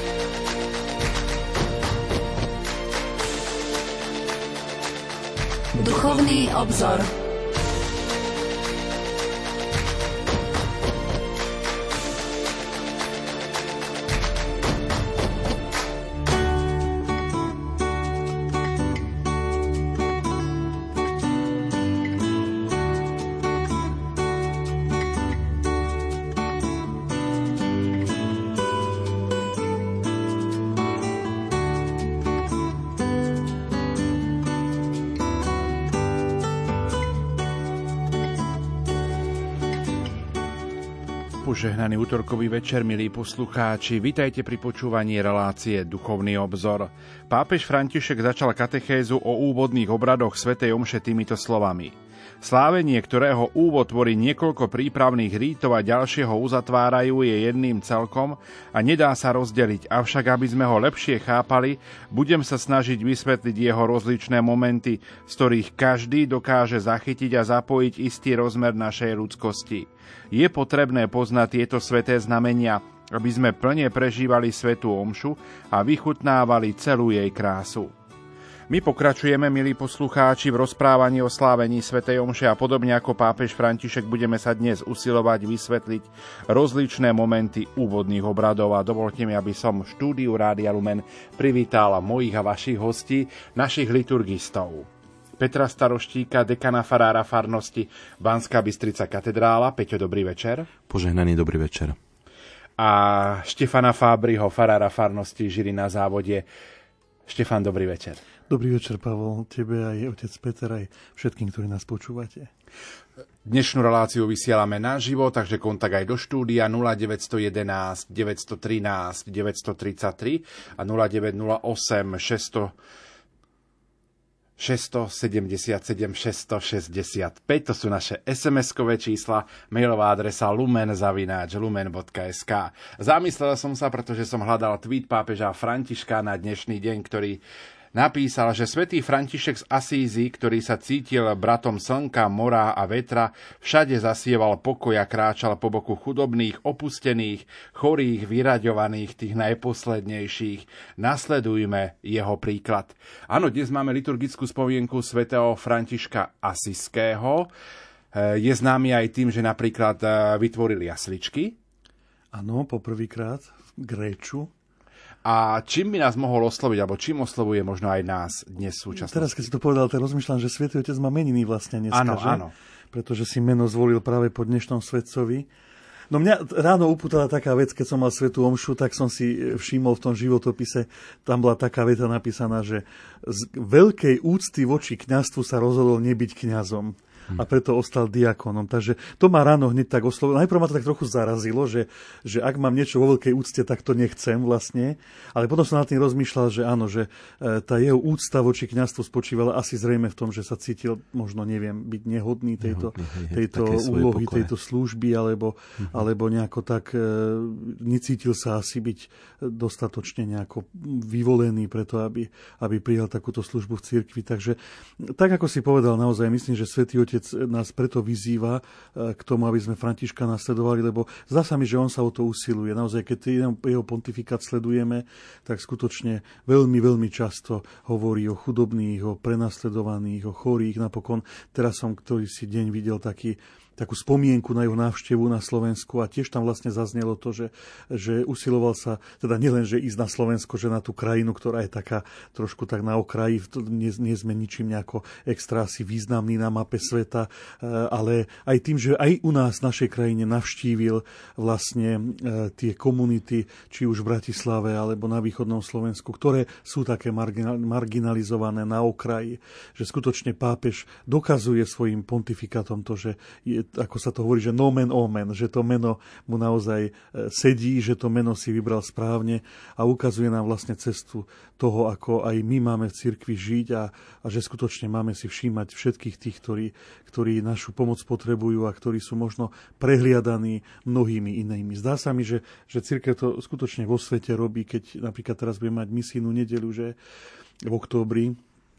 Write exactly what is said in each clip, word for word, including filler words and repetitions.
Duchovný obzor. Požehnaný utorkový večer, milí poslucháči. Vitajte pri počúvaní relácie Duchovný obzor. Pápež František začal katechézu o úvodných obradoch svätej omše týmito slovami. Slávenie, ktorého úvod tvorí niekoľko prípravných rítov a ďalšieho uzatvárajú, je jedným celkom a nedá sa rozdeliť. Avšak, aby sme ho lepšie chápali, budem sa snažiť vysvetliť jeho rozličné momenty, z ktorých každý dokáže zachytiť a zapojiť istý rozmer našej ľudskosti. Je potrebné poznať tieto sväté znamenia, aby sme plne prežívali svätú omšu a vychutnávali celú jej krásu. My pokračujeme, milí poslucháči, v rozprávaní o slávení svätej omše a podobne ako pápež František budeme sa dnes usilovať vysvetliť rozličné momenty úvodných obradov a dovolte mi, aby som v štúdiu Rádia Lumen privítal mojich a vašich hostí, našich liturgistov. Petra Staroštíka, dekana farára farnosti Banská Bystrica katedrála. Peťo, dobrý večer. Požehnaný dobrý večer. A Štefana Fábriho, farára farnosti Žilina Závodie. Štefan, dobrý večer. Dobrý večer, Pavol, tebe aj otec Peter, aj všetkým, ktorí nás počúvate. Dnešnú reláciu vysielame naživo, takže kontakt aj do štúdia nula deväť jedna jedna, deväť jedna tri, deväť tri tri a nula deväť nula osem šesť sedem sedem šesť šesť päť. To sú naše es em eskové čísla, mailová adresa lumen zavináč lumen bodka es ká. Zamyslel som sa, pretože som hľadal tweet pápeža Františka na dnešný deň, ktorý napísal, že svätý František z Asízy, ktorý sa cítil bratom slnka, mora a vetra, všade zasieval pokoj a kráčal po boku chudobných, opustených, chorých, vyraďovaných, tých najposlednejších. Nasledujme jeho príklad. Áno, dnes máme liturgickú spomienku svätého Františka Asijského. Je známy aj tým, že napríklad vytvoril jasličky. Áno, poprvýkrát v Gréču. A čím by nás mohol osloviť, alebo čím oslovuje možno aj nás dnes v súčasnosti? Teraz, keď si to povedal, tak rozmýšľam, že Svätý Otec má meniny vlastne dneska, áno, že? Áno, pretože si meno zvolil práve po dnešnom svätcovi. No mňa ráno upútala taká vec, keď som mal svätú omšu, tak som si všimol v tom životopise, tam bola taká veta napísaná, že z veľkej úcty voči kňazstvu sa rozhodol nebyť kňazom. A preto ostal diakonom. Takže to ma ráno hneď tak oslovilo. Najprv ma to tak trochu zarazilo, že, že ak mám niečo vo veľkej úcte, tak to nechcem vlastne. Ale potom som nad tým rozmýšľal, že áno, že tá jeho úcta voči kňazstvu spočívala asi zrejme v tom, že sa cítil možno, neviem, byť nehodný tejto, nehodný, tejto úlohy, tejto služby, alebo, uh-huh. alebo nejako tak e, necítil sa asi byť dostatočne nejako vyvolený preto, aby, aby prijal takúto službu v cirkvi. Takže tak, ako si povedal, naozaj myslím, že Svätý Otec nás preto vyzýva k tomu, aby sme Františka nasledovali, lebo zdá sa mi, že on sa o to usiluje. Naozaj, keď jeho pontifikát sledujeme, tak skutočne veľmi, veľmi často hovorí o chudobných, o prenasledovaných, o chorých. Napokon teraz som ktorý si deň videl taký takú spomienku na jeho návštevu na Slovensku a tiež tam vlastne zaznelo to, že, že usiloval sa, teda nielen, že ísť na Slovensko, že na tú krajinu, ktorá je taká trošku tak na okraji, nie, nie sme ničím nejako extra asi významný na mape sveta, ale aj tým, že aj u nás v našej krajine navštívil vlastne tie komunity, či už v Bratislave alebo na východnom Slovensku, ktoré sú také marginalizované na okraji, že skutočne pápež dokazuje svojim pontifikátom to, že je, ako sa to hovorí, že nomen omen, že to meno mu naozaj sedí, že to meno si vybral správne a ukazuje nám vlastne cestu toho, ako aj my máme v cirkvi žiť a, a že skutočne máme si všímať všetkých tých, ktorí, ktorí našu pomoc potrebujú a ktorí sú možno prehliadaní mnohými inými. Zdá sa mi, že, že cirkev to skutočne vo svete robí, keď napríklad teraz budeme mať misijnú nedeľu, že v októbri,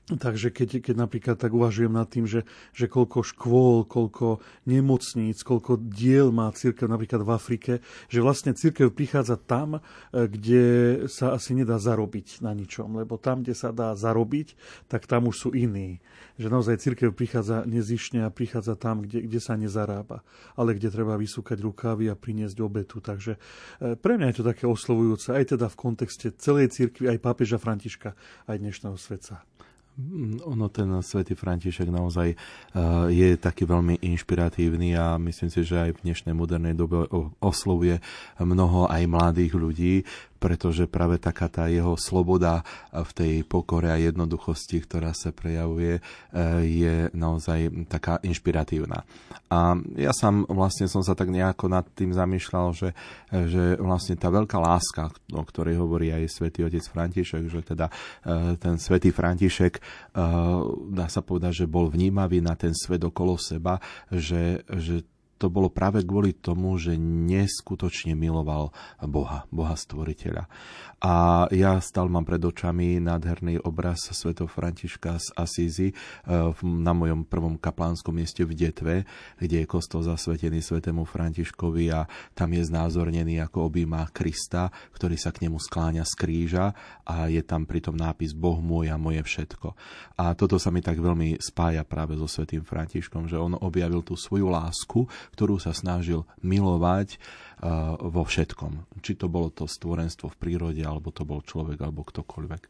Takže keď, keď napríklad tak uvažujem nad tým, že, že koľko škôl, koľko nemocníc, koľko diel má cirkev napríklad v Afrike, že vlastne cirkev prichádza tam, kde sa asi nedá zarobiť na ničom, lebo tam, kde sa dá zarobiť, tak tam už sú iní. Že naozaj cirkev prichádza nezišne a prichádza tam, kde, kde sa nezarába, ale kde treba vysúkať rukávy a priniesť obetu. Takže pre mňa je to také oslovujúce, aj teda v kontexte celej cirkvi, aj pápeža Františka, aj dnešného sveta. Ono, ten svätý František naozaj uh, je taký veľmi inšpiratívny a myslím si, že aj v dnešnej modernej dobe oslovuje mnoho aj mladých ľudí, pretože práve taká tá jeho sloboda v tej pokore a jednoduchosti, ktorá sa prejavuje, je naozaj taká inšpiratívna. A ja sám vlastne som sa tak nejako nad tým zamýšľal, že, že vlastne tá veľká láska, o ktorej hovorí aj svätý otec František, že teda ten svätý František, dá sa povedať, že bol vnímavý na ten svet okolo seba, že, že to bolo práve kvôli tomu, že neskutočne miloval Boha, Boha stvoriteľa. A ja stále mám pred očami nádherný obraz svätého Františka z Asízy na mojom prvom kaplánskom mieste v Detve, kde je kostol zasvetený svätému Františkovi a tam je znázornený, ako objíma Krista, ktorý sa k nemu skláňa z kríža a je tam pritom nápis Boh môj a moje všetko. A toto sa mi tak veľmi spája práve so svätým Františkom, že on objavil tú svoju lásku, ktorú sa snažil milovať uh, vo všetkom. Či to bolo to stvorenstvo v prírode, alebo to bol človek, alebo ktokoľvek.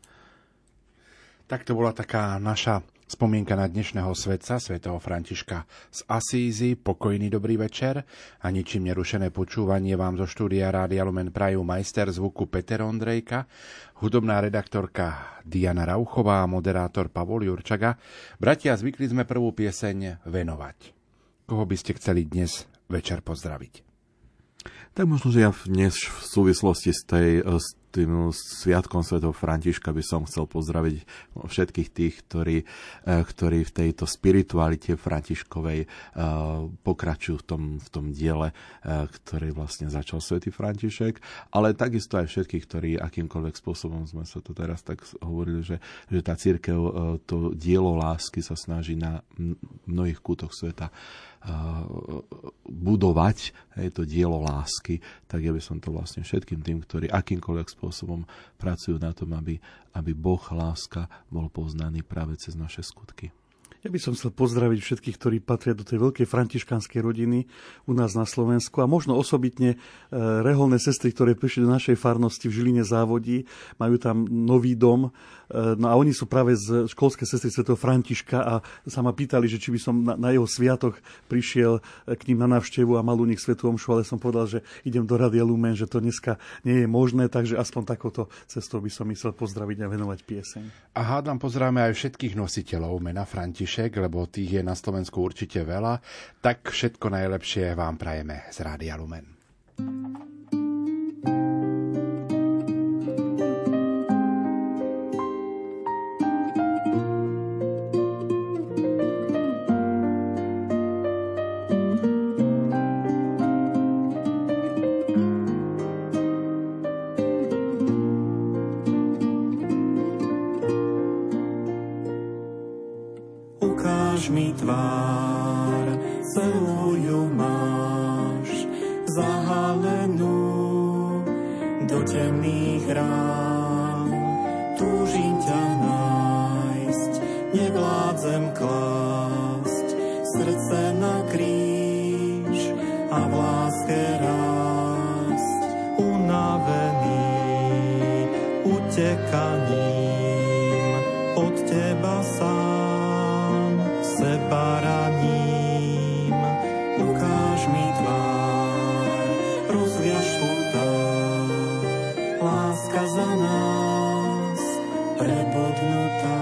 Tak to bola taká naša spomienka na dnešného svätca, svätého Františka z Asízy. Pokojný dobrý večer a ničím nerušené počúvanie vám zo štúdia Rádia Lumen prajú majster zvuku Peter Ondrejka, hudobná redaktorka Diana Rauchová a moderátor Pavol Jurčaga. Bratia, zvykli sme prvú pieseň venovať. Koho by ste chceli dnes večer pozdraviť? Tak možno, že ja dnes v súvislosti s, tej, s tým sviatkom svätého Františka by som chcel pozdraviť všetkých tých, ktorí, ktorí v tejto spiritualite Františkovej pokračujú v tom, v tom diele, ktorý vlastne začal svätý František, ale takisto aj všetkých, ktorí akýmkoľvek spôsobom sme sa to teraz tak hovorili, že, že tá cirkev, to dielo lásky sa snaží na mnohých kútoch sveta budovať, je to dielo lásky, tak ja by som to vlastne všetkým tým, ktorí akýmkoľvek spôsobom pracujú na tom, aby, aby Boh, láska bol poznaný práve cez naše skutky. Ja by som chcel pozdraviť všetkých, ktorí patria do tej veľkej františkanskej rodiny u nás na Slovensku a možno osobitne reholné sestry, ktoré prišli do našej farnosti v Žiline Závodí, majú tam nový dom. No a oni sú práve z školskej sestry svätého Františka a sa ma pýtali, že či by som na, na jeho sviatok prišiel k ním na návštevu a mal u nich svätú omšu, ale som povedal, že idem do Rádia Lumen, že to dneska nie je možné, takže aspoň takouto cestou by som chcel pozdraviť a venovať pieseň. A hádam pozdraváme aj všetkých nositeľov mena František, lebo tých je na Slovensku určite veľa, tak všetko najlepšie vám prajeme z Rádia Lumen. Mi tvár, celú ju máš zahalenú do temných rán. Túžim ťa nájsť, nevládzem klásť srdce na kríž a v láske rásť. Unavený utekaním od teba sám seba raním, ukáž mi tvár, rozviaž svutár, láska za nás prebodnutá.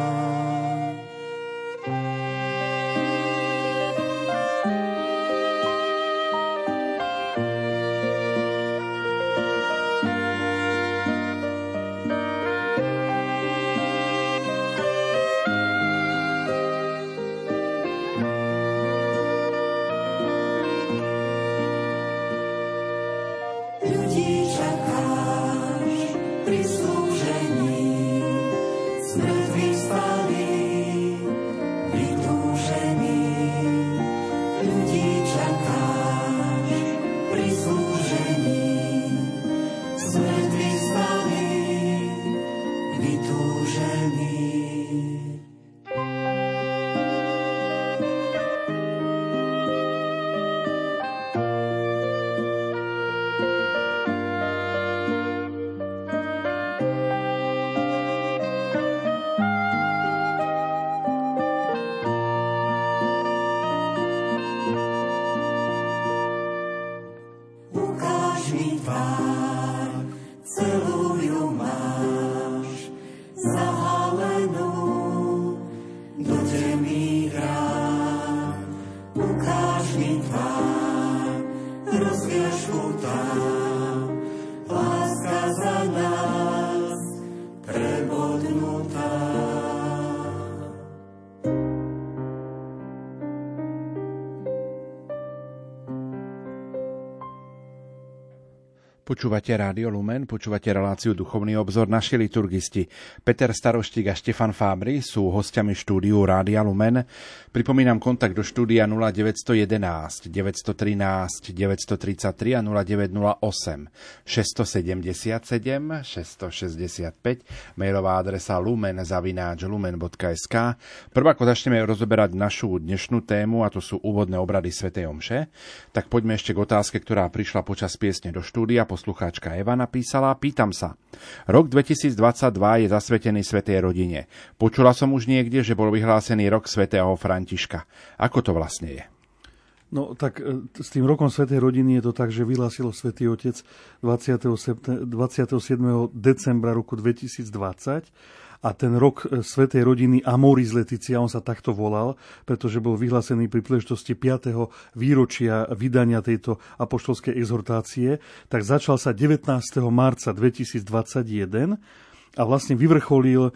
Smrť Počúvate Rádio Lumen, počúvate reláciu Duchovný obzor. Naši liturgisti Peter Staroštík a Štefan Fábry sú hostiami štúdiu Rádia Lumen. Pripomínam kontakt do štúdia nula deväť jedna jedna, deväť jedna tri, deväť tri tri a nula deväť nula osem, šesť sedem sedem, šesť šesť päť, mailová adresa lumen zavináč lumen bodka es ká. Prvá, ako začneme rozoberať našu dnešnú tému, a to sú úvodné obrady svätej omše, tak poďme ešte k otázke, ktorá prišla počas piesne do štúdia. Poslucháčka Eva napísala: pýtam sa, rok dvetisícdvadsaťdva je zasvetený svätej rodine. Počula som už niekde, že bol vyhlásený rok svätého Františka. Ako to vlastne je? No tak s tým rokom svätej rodiny je to tak, že vyhlásilo Svätý Otec dvadsiateho siedmeho decembra roku dvetisícdvadsať a ten rok svätej rodiny Amoris Laetitia, on sa takto volal, pretože bol vyhlásený pri príležitosti piateho výročia vydania tejto apoštolskej exhortácie, tak začal sa devätnásteho marca dvetisícdvadsaťjeden a vlastne vyvrcholil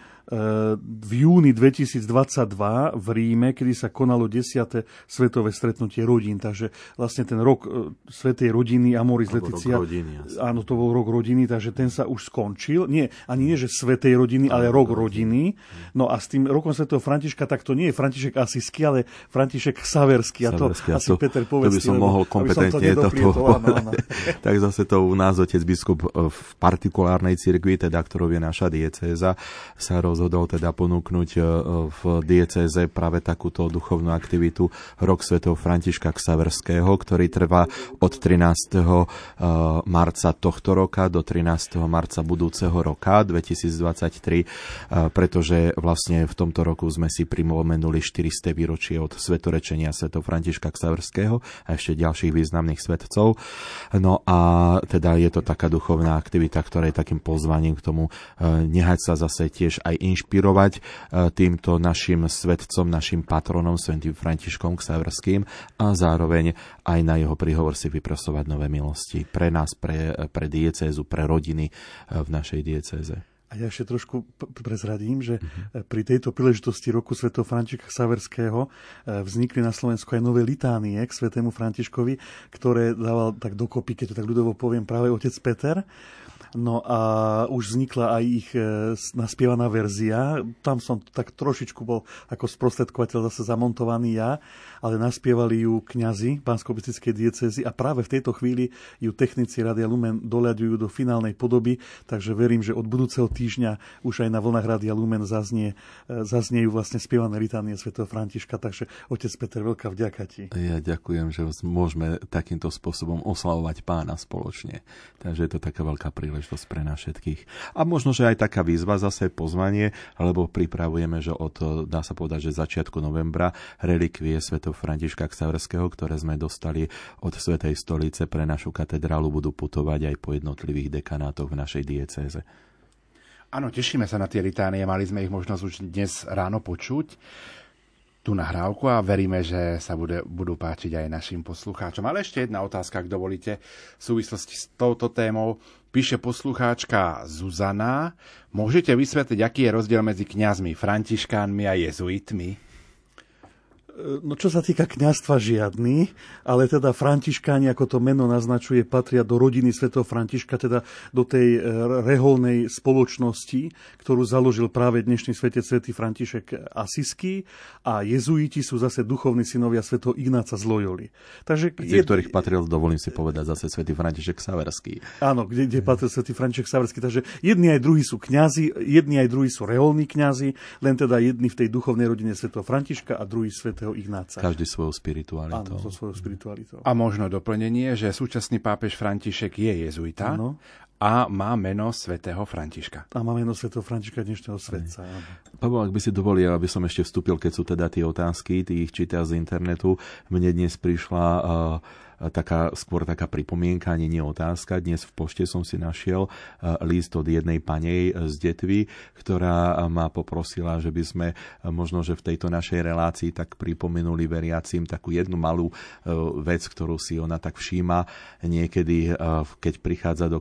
v júni dvetisícdvadsaťdva v Ríme, kedy sa konalo desiate svetové stretnutie rodín. Takže vlastne ten rok svätej rodiny Amoris Laetitia, áno, to bol rok rodiny, takže ten sa už skončil. Nie, ani nie, že svätej rodiny, ale rok rodiny. No a s tým rokom svätého Františka, tak to nie je František Asisky, ale František Xaverský. A to Xaverský, asi to, Peter povedz. To by som lebo, mohol kompetentne to povedať. Tak zase to u nás otec biskup v partikulárnej cirkvi, teda ktorou je naša diecéza, sa rozhodol teda ponúknuť v diecéze práve takúto duchovnú aktivitu Rok svätého Františka Xaverského, ktorý trvá od trinásteho marca tohto roka do trinásteho marca budúceho roka dvetisícdvadsaťtri, pretože vlastne v tomto roku sme si pripomenuli štyristé výročie od svetorečenia svätého Františka Xaverského a ešte ďalších významných svetcov. No a teda je to taká duchovná aktivita, ktorá je takým pozvaním k tomu nehať sa zase tiež aj inšpirovať týmto našim svetcom, našim patronom, svätým Františkom Xaverským, a zároveň aj na jeho príhovor si vyprosovať nové milosti pre nás, pre, pre diecézu, pre rodiny v našej diecéze. A ja ešte trošku prezradím, že pri tejto príležitosti roku svätého Františka Xaverského vznikli na Slovensku aj nové litánie k svätému Františkovi, ktoré dával tak dokopy, keď to tak ľudovo poviem, práve otec Peter. No a už vznikla aj ich naspievaná verzia. Tam som tak trošičku bol ako sprostredkovateľ zase zamontovaný ja, ale naspievali ju kňazi Banskobystrickej diecézy a práve v tejto chvíli ju technici Rádia Lumen doľaďujú do finálnej podoby, takže verím, že od budúceho týždňa už aj na vlnách Rádia Lumen zaznie, zazniejú vlastne spievané litánie svätého Františka, takže otec Peter, veľká vďaka ti. Ja ďakujem, že môžeme takýmto spôsobom oslavovať Pána spoločne. Takže je to taká veľká príležitosť pre nás všetkých. A možno, že aj taká výzva, zase pozvanie, lebo pripravujeme, že od, dá sa povedať, že začiatku novembra relikvie svätého Františka Xaverského, ktoré sme dostali od Svätej stolice pre našu katedrálu, budú putovať aj po jednotlivých dekanátoch v našej diecéze. Áno, tešíme sa na tie litánie, mali sme ich možnosť už dnes ráno počuť, tú nahrávku, a veríme, že sa bude, budú páčiť aj našim poslucháčom. Ale ešte jedna otázka, ak dovolíte, v súvislosti s touto témou. Píše poslucháčka Zuzana: môžete vysvetliť, aký je rozdiel medzi kňazmi, františkánmi a jezuitmi? No čo sa týka kňazstva, žiadny, ale teda františkáni, ako to meno naznačuje, patria do rodiny svätého Františka, teda do tej reholnej spoločnosti, ktorú založil práve dnešný svätec svätý František Asisky, a jezuiti sú zase duchovní synovia svätého Ignáca z Loyoli. Takže z ktorých patril, dovolím si povedať, zase svätý František Xaverský. Áno, kde, kde patril svätý František Xaverský. Takže jedni aj druhí sú kňazi, jedni aj druhí sú reholní kňazi, len teda jedni v tej duchovnej rodine svätého Františka a druhý svätého Ignáca. Každý svojou spiritualitou. Áno, so svojou spiritualitou. A možno doplnenie, že súčasný pápež František je jezuita, áno, a má meno svätého Františka. A má meno svätého Františka, dnešného svätca. Pavol, ak by si dovolil, aby som ešte vstúpil, keď sú teda tie otázky, tých čítal z internetu. Mne dnes prišla uh, taká, skôr taká pripomienka, ani nie otázka. Dnes v pošte som si našiel list od jednej panej z Detvy, ktorá ma poprosila, že by sme možno, že v tejto našej relácii tak pripomenuli veriacim takú jednu malú vec, ktorú si ona tak všíma niekedy, keď prichádza do kostola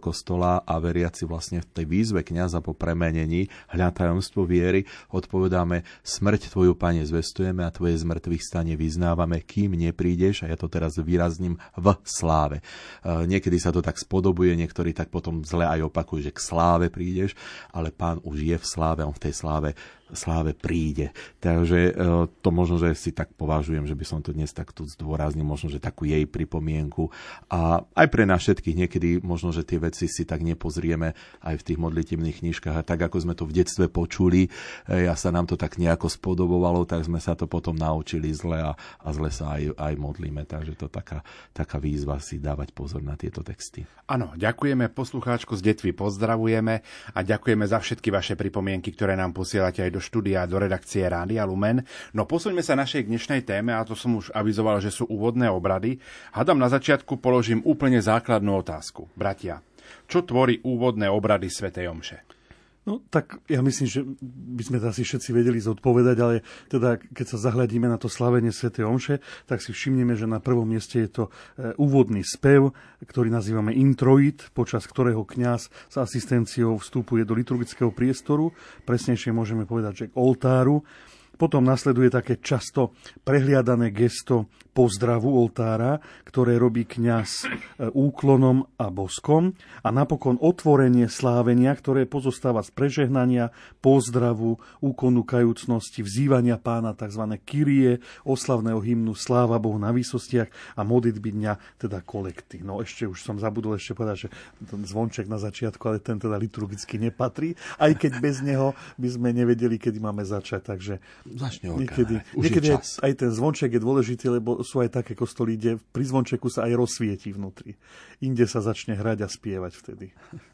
slova a veriaci vlastne v tej výzve kňaza po premenení hľa tajomstvo viery odpovedáme: smrť tvoju, Pane, zvestujeme a tvoje zmrtvých stane vyznávame, kým neprídeš, a ja to teraz výrazním, v sláve. Niekedy sa to tak spodobuje, niektorí tak potom zle aj opakujú, že k sláve prídeš, ale Pán už je v sláve, on v tej sláve sláve príde. Takže to možno, že si tak považujem, že by som to dnes tak tu zdôraznil, možno, že takú jej pripomienku. A aj pre nás všetkých niekedy možno, že tie veci si tak nepozrieme aj v tých modlitebných knižkách. A tak, ako sme to v detstve počuli, a sa nám to tak nejako spodobovalo, tak sme sa to potom naučili zle a, a zle sa aj, aj modlíme. Takže to taká, taká výzva si dávať pozor na tieto texty. Áno, ďakujeme, poslucháčku z Detvy pozdravujeme a ďakujeme za všetky vaše pripomienky, ktoré nám posielate aj do štúdia, do redakcie Rádia Lumen. No posuňme sa našej dnešnej téme, a to som už avizoval, že sú úvodné obrady. Hádam, na začiatku položím úplne základnú otázku. Bratia, čo tvorí úvodné obrady svätej omše? No tak ja myslím, že by sme to asi všetci vedeli zodpovedať, ale teda keď sa zahľadíme na to slávenie svätej omše, tak si všimneme, že na prvom mieste je to úvodný spev, ktorý nazývame introit, počas ktorého kňaz s asistenciou vstupuje do liturgického priestoru, presnejšie môžeme povedať, že k oltáru. Potom nasleduje také často prehliadané gesto pozdravu oltára, ktoré robí kňaz úklonom a boskom. A napokon otvorenie slávenia, ktoré pozostáva z prežehnania, pozdravu, úkonu kajúcnosti, vzývania Pána, tzv. Kyrie, oslavného hymnu Sláva Bohu na výsostiach a modlitby dňa, teda kolekty. No ešte už som zabudol ešte povedať, že ten zvonček na začiatku, ale ten teda liturgicky nepatrí, aj keď bez neho by sme nevedeli, kedy máme začať. Takže Začne niekedy, niekedy aj, aj ten zvonček je dôležitý, lebo sú aj také kostoly, kde pri zvončeku sa aj rozsvieti vnútri. Inde sa začne hrať a spievať vtedy.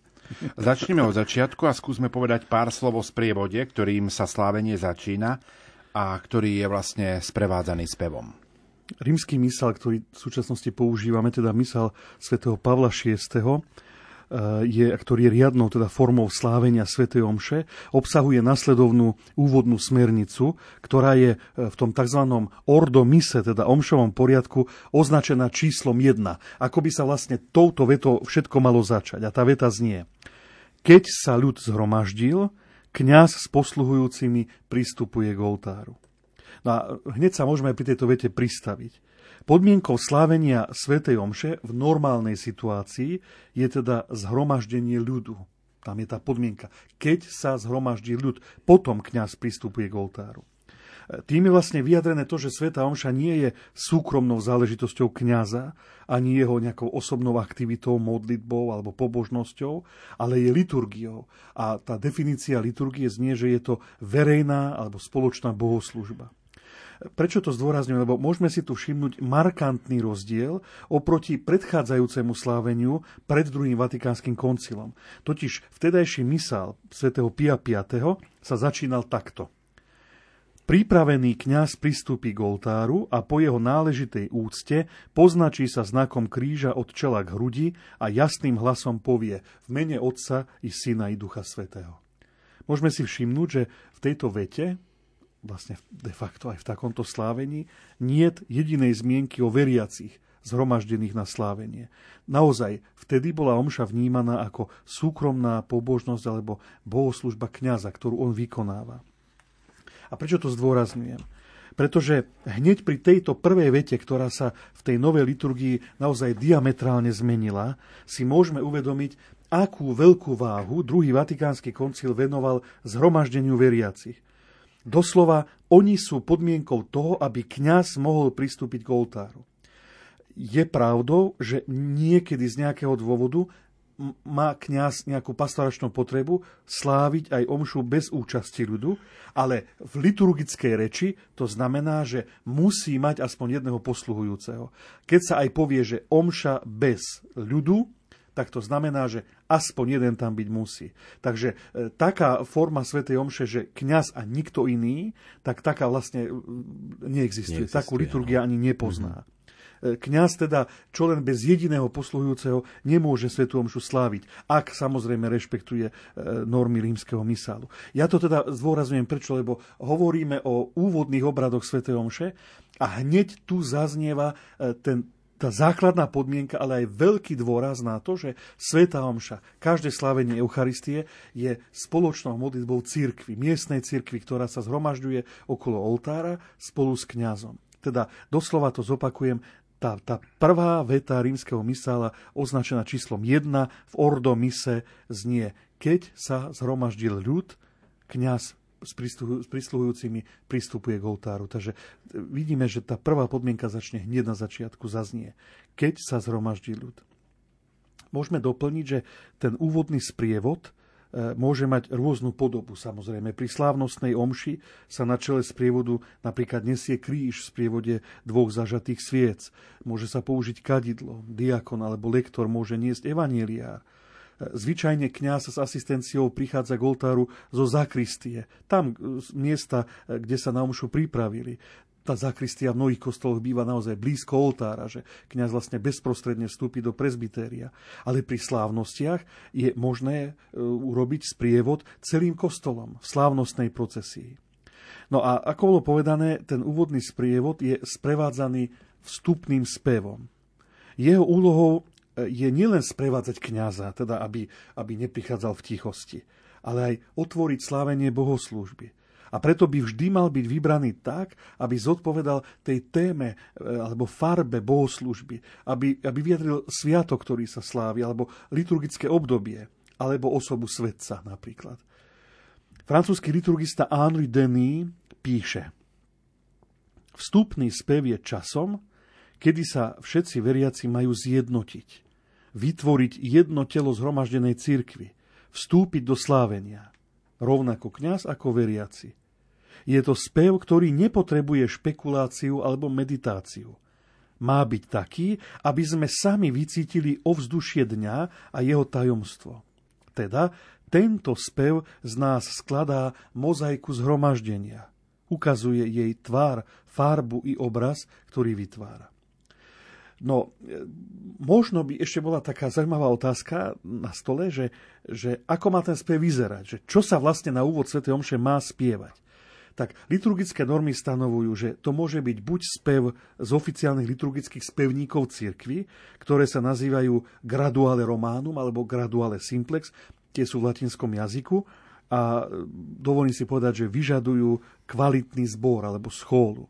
Začneme od začiatku a skúsme povedať pár slov o sprievode, ktorým sa slávenie začína a ktorý je vlastne sprevádzaný spevom. Rímsky misál, ktorý v súčasnosti používame, teda misál svätého Pavla šiesteho, je, ktorý je riadnou teda formou slávenia svätej omše, obsahuje nasledovnú úvodnú smernicu, ktorá je v tom tzv. Ordo mise, teda omšovom poriadku, označená číslom jedna. Ako by sa vlastne touto vetou všetko malo začať. A tá veta znie: keď sa ľud zhromaždil, kňaz s posluhujúcimi pristupuje k oltáru. No a hneď sa môžeme pri tejto vete pristaviť. Podmienkou slávenia svätej omše v normálnej situácii je teda zhromaždenie ľudu. Tam je tá podmienka. Keď sa zhromaždí ľud, potom kňaz pristupuje k oltáru. Tým je vlastne vyjadrené to, že svätá omša nie je súkromnou záležitosťou kňaza, ani jeho nejakou osobnou aktivitou, modlitbou alebo pobožnosťou, ale je liturgiou. A tá definícia liturgie znie, že je to verejná alebo spoločná bohoslúžba. Prečo to zdôrazňujem? Lebo môžeme si tu všimnúť markantný rozdiel oproti predchádzajúcemu sláveniu pred druhým vatikánskym koncilom. Totiž vtedajší misál svätého Pia piateho sa začínal takto. Pripravený kňaz pristúpi k oltáru a po jeho náležitej úcte poznačí sa znakom kríža od čela k hrudi a jasným hlasom povie: v mene Otca i Syna i Ducha Svätého. Môžeme si všimnúť, že v tejto vete, vlastne de facto aj v takomto slávení, niet jedinej zmienky o veriacich zhromaždených na slávenie. Naozaj, vtedy bola omša vnímaná ako súkromná pobožnosť alebo bohoslužba kňaza, ktorú on vykonáva. A prečo to zdôrazňujem? Pretože hneď pri tejto prvej vete, ktorá sa v tej novej liturgii naozaj diametrálne zmenila, si môžeme uvedomiť, akú veľkú váhu druhý vatikánsky koncil venoval zhromaždeniu veriacich. Doslova, oni sú podmienkou toho, aby kňaz mohol pristúpiť k oltáru. Je pravdou, že niekedy z nejakého dôvodu má kňaz nejakú pastoračnú potrebu sláviť aj omšu bez účasti ľudu, ale v liturgickej reči to znamená, že musí mať aspoň jedného posluhujúceho. Keď sa aj povie, že omša bez ľudu, tak to znamená, že aspoň jeden tam byť musí. Takže e, taká forma svätej omše, že kňaz a nikto iný, tak taká vlastne neexistuje. neexistuje Takú liturgia ani nepozná. Mm-hmm. Kňaz teda, čo len bez jediného posluhujúceho, nemôže svätú omšu sláviť, ak samozrejme rešpektuje e, normy rímskeho misálu. Ja to teda zdôrazňujem prečo, lebo hovoríme o úvodných obradoch svätej omše a hneď tu zaznieva e, ten tá základná podmienka, ale aj veľký dôraz na to, že svätá omša, každé slávenie Eucharistie je spoločnou modlitbou cirkvi, miestnej cirkvi, ktorá sa zhromažďuje okolo oltára spolu s kňazom. Teda doslova to zopakujem, tá, tá prvá veta rímskeho misála označená číslom jedna v ordo mise znie: keď sa zhromaždil ľud, kňaz s prisluhujúcimi pristupuje k oltáru. Takže vidíme, že tá prvá podmienka začne hneď na začiatku, zaznie: keď sa zhromaždí ľud. Môžeme doplniť, že ten úvodný sprievod môže mať rôznu podobu. Samozrejme, pri slávnostnej omši sa na čele sprievodu napríklad nesie kríž v sprievode dvoch zažatých sviec. Môže sa použiť kadidlo, diakon alebo lektor môže niesť evanjeliár. Zvyčajne kňaz s asistenciou prichádza k oltáru zo zakristie. Tam miesta, kde sa na omšu pripravili. Tá zakristia v mnohých kostoloch býva naozaj blízko oltára, že kňaz vlastne bezprostredne vstúpi do presbytéria. Ale pri slávnostiach je možné urobiť sprievod celým kostolom v slávnostnej procesii. No a ako bolo povedané, ten úvodný sprievod je sprevádzaný vstupným spevom. Jeho úlohou je nielen sprevádzať kňaza, teda aby, aby neprichádzal v tichosti, ale aj otvoriť slávenie bohoslúžby. A preto by vždy mal byť vybraný tak, aby zodpovedal tej téme alebo farbe bohoslúžby, aby, aby vyjadril sviatok, ktorý sa slávi, alebo liturgické obdobie, alebo osobu svätca napríklad. Francúzsky liturgista Henri Denis píše: vstupný spev je časom, kedy sa všetci veriaci majú zjednotiť, vytvoriť jedno telo zhromaždenej cirkvi, vstúpiť do slávenia, rovnako kňaz ako veriaci. Je to spev, ktorý nepotrebuje špekuláciu alebo meditáciu. Má byť taký, aby sme sami vycítili ovzdušie dňa a jeho tajomstvo. Teda tento spev z nás skladá mozaiku zhromaždenia. Ukazuje jej tvár, farbu i obraz, ktorý vytvára. No, možno by ešte bola taká zaujímavá otázka na stole, že, že ako má ten spev vyzerať, že čo sa vlastne na úvod svätej omše má spievať. Tak liturgické normy stanovujú, že to môže byť buď spev z oficiálnych liturgických spevníkov cirkvi, ktoré sa nazývajú graduale romanum alebo graduale simplex, tie sú v latinskom jazyku a dovolím si povedať, že vyžadujú kvalitný zbor alebo schólu.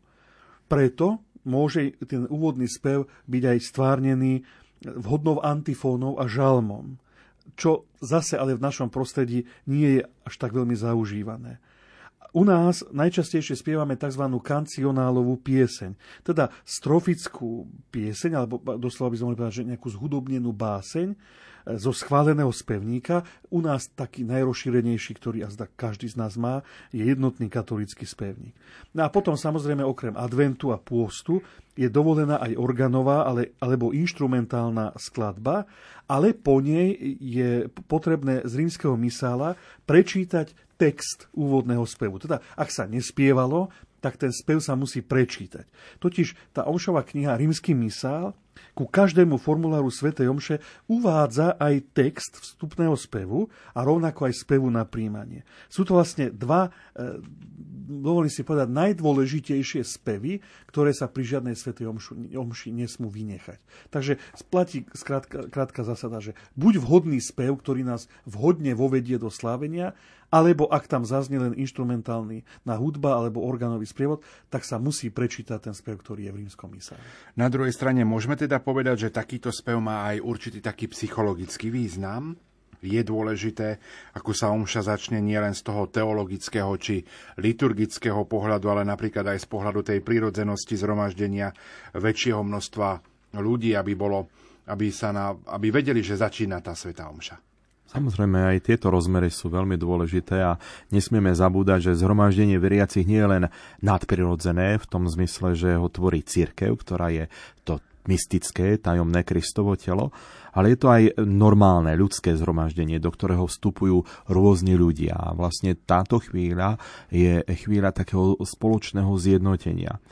Preto môže ten úvodný spev byť aj stvárnený vhodnou antifónou a žalmom, čo zase ale v našom prostredí nie je až tak veľmi zaužívané. U nás najčastejšie spievame tzv. Kancionálovú pieseň, teda strofickú pieseň, alebo doslova by sme mohli povedať, že nejakú zhudobnenú báseň zo schváleného spevníka. U nás taký najrozšírenejší, ktorý azda každý z nás má, je jednotný katolícky spevník. No a potom samozrejme okrem adventu a pôstu je dovolená aj organová ale, alebo inštrumentálna skladba, ale po nej je potrebné z rímskeho misála prečítať text úvodného spevu. Teda ak sa nespievalo, tak ten spev sa musí prečítať. Totiž tá omšová kniha Rímsky misál ku každému formuláru svätej omše uvádza aj text vstupného spevu a rovnako aj spevu na príjmanie. Sú to vlastne dva, e, dovolím si povedať, najdôležitejšie spevy, ktoré sa pri žiadnej svätej omši, omši nesmú vynechať. Takže platí skrátka, krátka zásada, že buď vhodný spev, ktorý nás vhodne vovedie do slávenia, alebo ak tam zaznie len inštrumentálny na hudba alebo organový sprievod, tak sa musí prečítať ten spev, ktorý je v rímskom misále. Na druhej strane môžeme teda povedať, že takýto spev má aj určitý taký psychologický význam. Je dôležité, ako sa omša začne nielen z toho teologického či liturgického pohľadu, ale napríklad aj z pohľadu tej prírodzenosti zhromaždenia väčšieho množstva ľudí, aby, bolo, aby, sa na, aby vedeli, že začína tá svätá omša. Samozrejme, aj tieto rozmery sú veľmi dôležité a nesmieme zabúdať, že zhromaždenie veriacich nie je len nadprirodzené v tom zmysle, že ho tvorí cirkev, ktorá je to mystické, tajomné Kristovo telo, ale je to aj normálne ľudské zhromaždenie, do ktorého vstupujú rôzni ľudia. A vlastne táto chvíľa je chvíľa takého spoločného zjednotenia.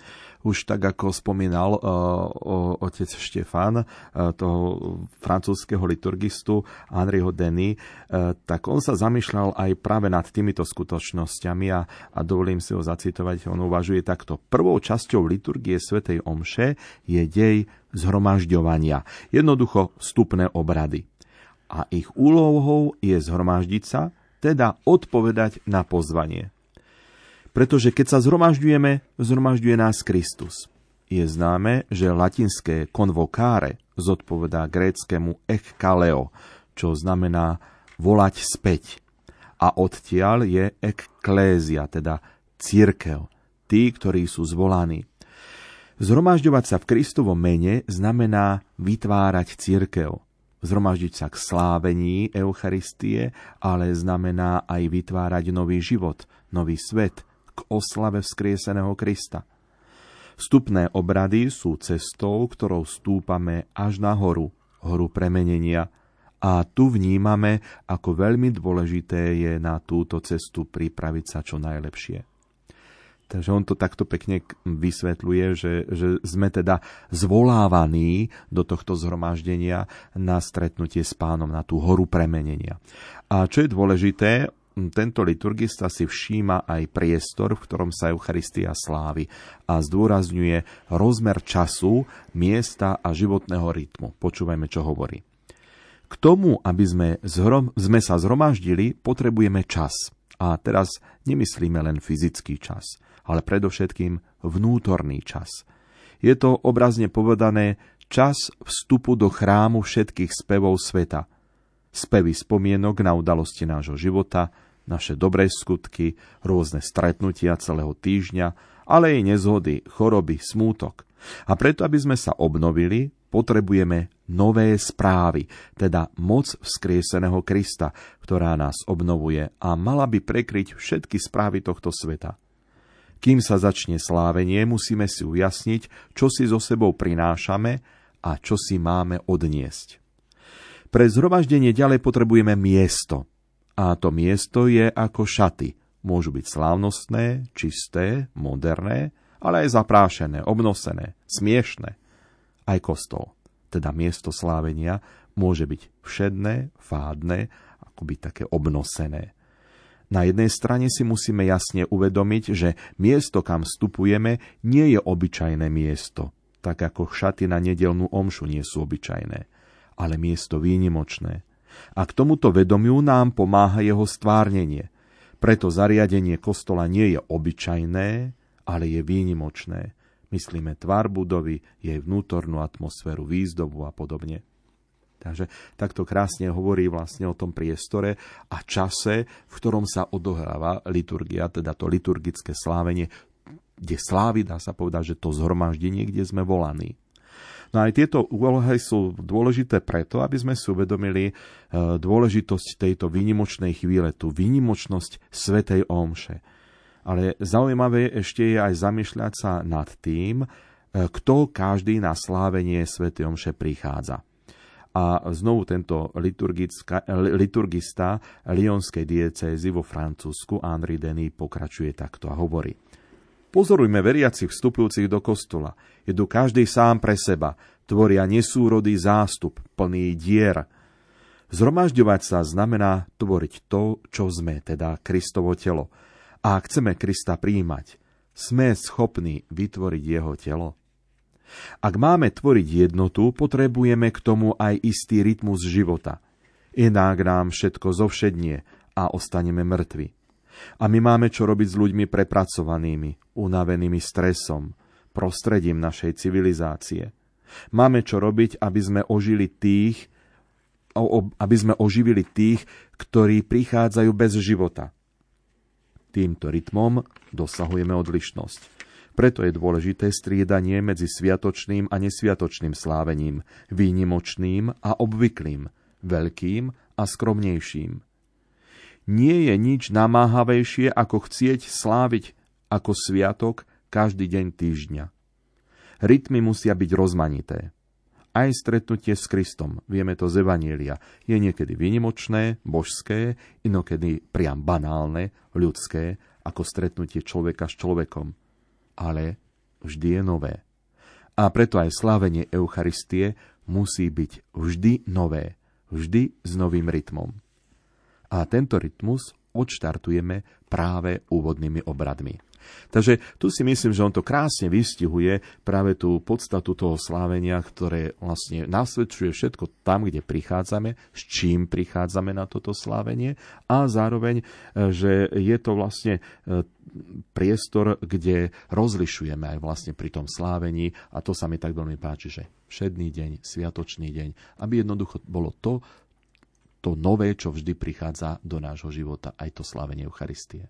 už tak ako spomínal uh, o, otec Štefan, uh, toho francúzskeho liturgistu Henriho Denis, uh, tak on sa zamýšľal aj práve nad týmito skutočnosťami a, a dovolím si ho zacitovať, on uvažuje takto. Prvou časťou liturgie svätej omše je dej zhromažďovania, jednoducho vstupné obrady. A ich úlohou je zhromaždiť sa, teda odpovedať na pozvanie. Pretože keď sa zhromažďujeme, zhromažďuje nás Kristus. Je známe, že latinské convocare zodpovedá gréckemu ekkaleo, čo znamená volať späť. A odtiaľ je eklézia, teda cirkev, tí, ktorí sú zvolaní. Zhromažďovať sa v Kristovom mene znamená vytvárať cirkev. Zhromaždiť sa k slávení Eucharistie, ale znamená aj vytvárať nový život, nový svet, k oslave vzkrieseného Krista. Vstupné obrady sú cestou, ktorou stúpame až na horu, horu premenenia, a tu vnímame, ako veľmi dôležité je na túto cestu pripraviť sa čo najlepšie. Takže on to takto pekne vysvetľuje, že, že sme teda zvolávaní do tohto zhromaždenia na stretnutie s Pánom, na tú horu premenenia. A čo je dôležité, tento liturgista si všíma aj priestor, v ktorom sa Eucharistia slávi a zdôrazňuje rozmer času, miesta a životného rytmu. Počúvajme, čo hovorí. K tomu, aby sme, zhrom, sme sa zhromaždili, potrebujeme čas. A teraz nemyslíme len fyzický čas, ale predovšetkým vnútorný čas. Je to obrazne povedané čas vstupu do chrámu všetkých spevov sveta. Spevy spomienok na udalosti nášho života, naše dobré skutky, rôzne stretnutia celého týždňa, ale aj nezhody, choroby, smútok. A preto, aby sme sa obnovili, potrebujeme nové správy, teda moc vzkrieseného Krista, ktorá nás obnovuje a mala by prekryť všetky správy tohto sveta. Kým sa začne slávenie, musíme si ujasniť, čo si so sebou prinášame a čo si máme odniesť. Pre zhromaždenie ďalej potrebujeme miesto. A to miesto je ako šaty. Môžu byť slávnostné, čisté, moderné, ale aj zaprášené, obnosené, smiešné. Aj kostol, teda miesto slávenia, môže byť všedné, fádne, akoby také obnosené. Na jednej strane si musíme jasne uvedomiť, že miesto, kam vstupujeme, nie je obyčajné miesto, tak ako šaty na nedeľnú omšu nie sú obyčajné, ale miesto výnimočné. A k tomuto vedomiu nám pomáha jeho stvárnenie. Preto zariadenie kostola nie je obyčajné, ale je výnimočné. Myslíme tvár budovy, jej vnútornú atmosféru, výzdobu a podobne. Takže takto krásne hovorí vlastne o tom priestore a čase, v ktorom sa odohráva liturgia, teda to liturgické slávenie, kde slávi, dá sa povedať, že to zhromaždenie, kde sme volaní. No aj tieto úlohy sú dôležité preto, aby sme si uvedomili dôležitosť tejto výnimočnej chvíle, tú výnimočnosť svätej omše. Ale zaujímavé ešte je aj zamýšľať sa nad tým, kto každý na slávenie svätej omše prichádza. A znovu tento liturgista lyonskej diecézy vo Francúzsku Henri Denis pokračuje takto a hovorí: Pozorujme veriacich vstupujúcich do kostola. Idú každý sám pre seba, tvoria nesúrodý zástup, plný dier. Zhromažďovať sa znamená tvoriť to, čo sme, teda Kristovo telo. A ak chceme Krista prijímať, sme schopní vytvoriť jeho telo. Ak máme tvoriť jednotu, potrebujeme k tomu aj istý rytmus života. Inak nám všetko zovšednie a ostaneme mŕtvi. A my máme čo robiť s ľuďmi prepracovanými, unavenými stresom, prostredím našej civilizácie. Máme čo robiť, aby sme ožili tých, aby sme oživili tých, ktorí prichádzajú bez života. Týmto rytmom dosahujeme odlišnosť. Preto je dôležité striedanie medzi sviatočným a nesviatočným slávením, výnimočným a obvyklým, veľkým a skromnejším. Nie je nič namáhavejšie, ako chcieť sláviť ako sviatok každý deň týždňa. Rytmy musia byť rozmanité. Aj stretnutie s Kristom, vieme to z Evanielia, je niekedy výnimočné, božské, inokedy priam banálne, ľudské, ako stretnutie človeka s človekom. Ale vždy je nové. A preto aj slávenie Eucharistie musí byť vždy nové, vždy s novým rytmom. A tento rytmus odštartujeme práve úvodnými obradmi. Takže tu si myslím, že on to krásne vystihuje práve tú podstatu toho slávenia, ktoré vlastne nasvedčuje všetko tam, kde prichádzame, s čím prichádzame na toto slávenie a zároveň, že je to vlastne priestor, kde rozlišujeme aj vlastne pri tom slávení a to sa mi tak veľmi páči, že všedný deň, sviatočný deň, aby jednoducho bolo to, to nové, čo vždy prichádza do nášho života, aj to slávenie Eucharistie.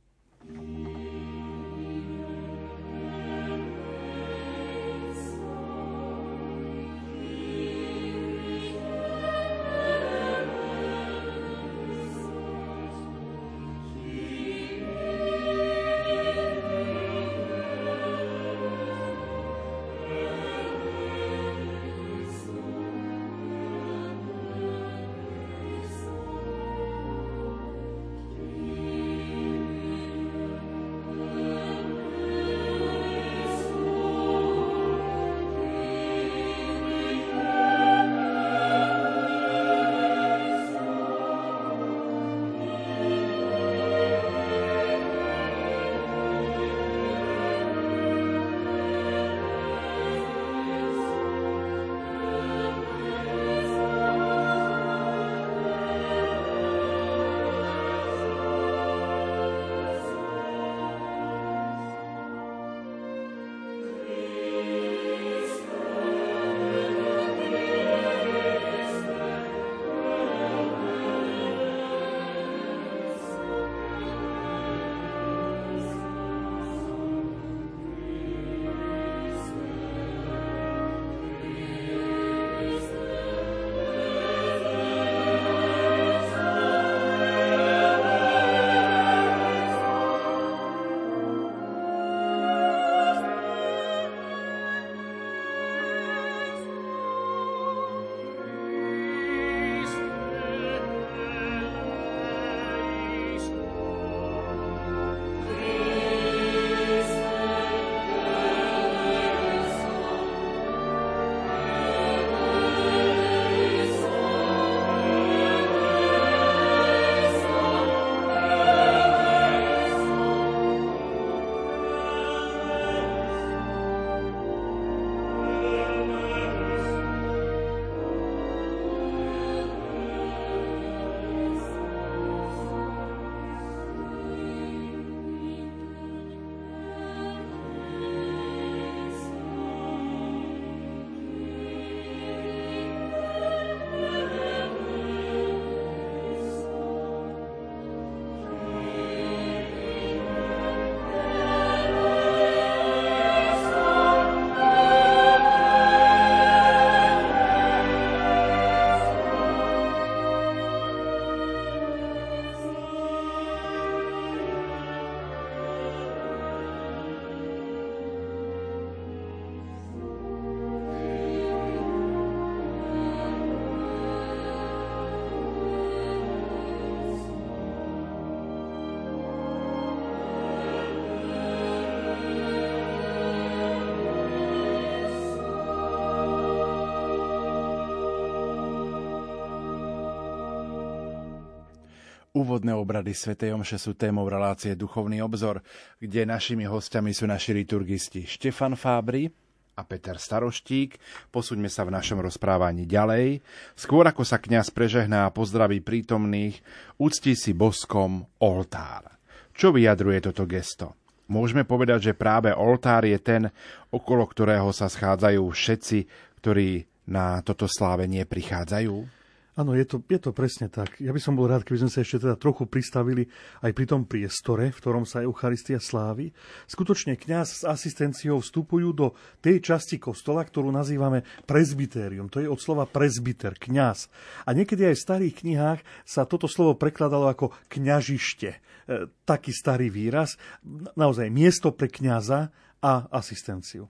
Úvodné obrady svätej omše sú témou relácie Duchovný obzor, kde našimi hostiami sú naši liturgisti Štefan Fábri a Peter Staroštík. Posúďme sa v našom rozprávaní ďalej. Skôr ako sa kňaz prežehná a pozdraví prítomných, uctí si boskom oltár. Čo vyjadruje toto gesto? Môžeme povedať, že práve oltár je ten, okolo ktorého sa schádzajú všetci, ktorí na toto slávenie prichádzajú? Áno, je to, je to presne tak. Ja by som bol rád, keby sme sa ešte teda trochu pristavili aj pri tom priestore, v ktorom sa Eucharistia slávi. Skutočne kňaz s asistenciou vstupujú do tej časti kostola, ktorú nazývame presbytérium. To je od slova presbyter, kňaz. A niekedy aj v starých knihách sa toto slovo prekladalo ako kňažište. E, taký starý výraz. Naozaj miesto pre kňaza a asistenciu.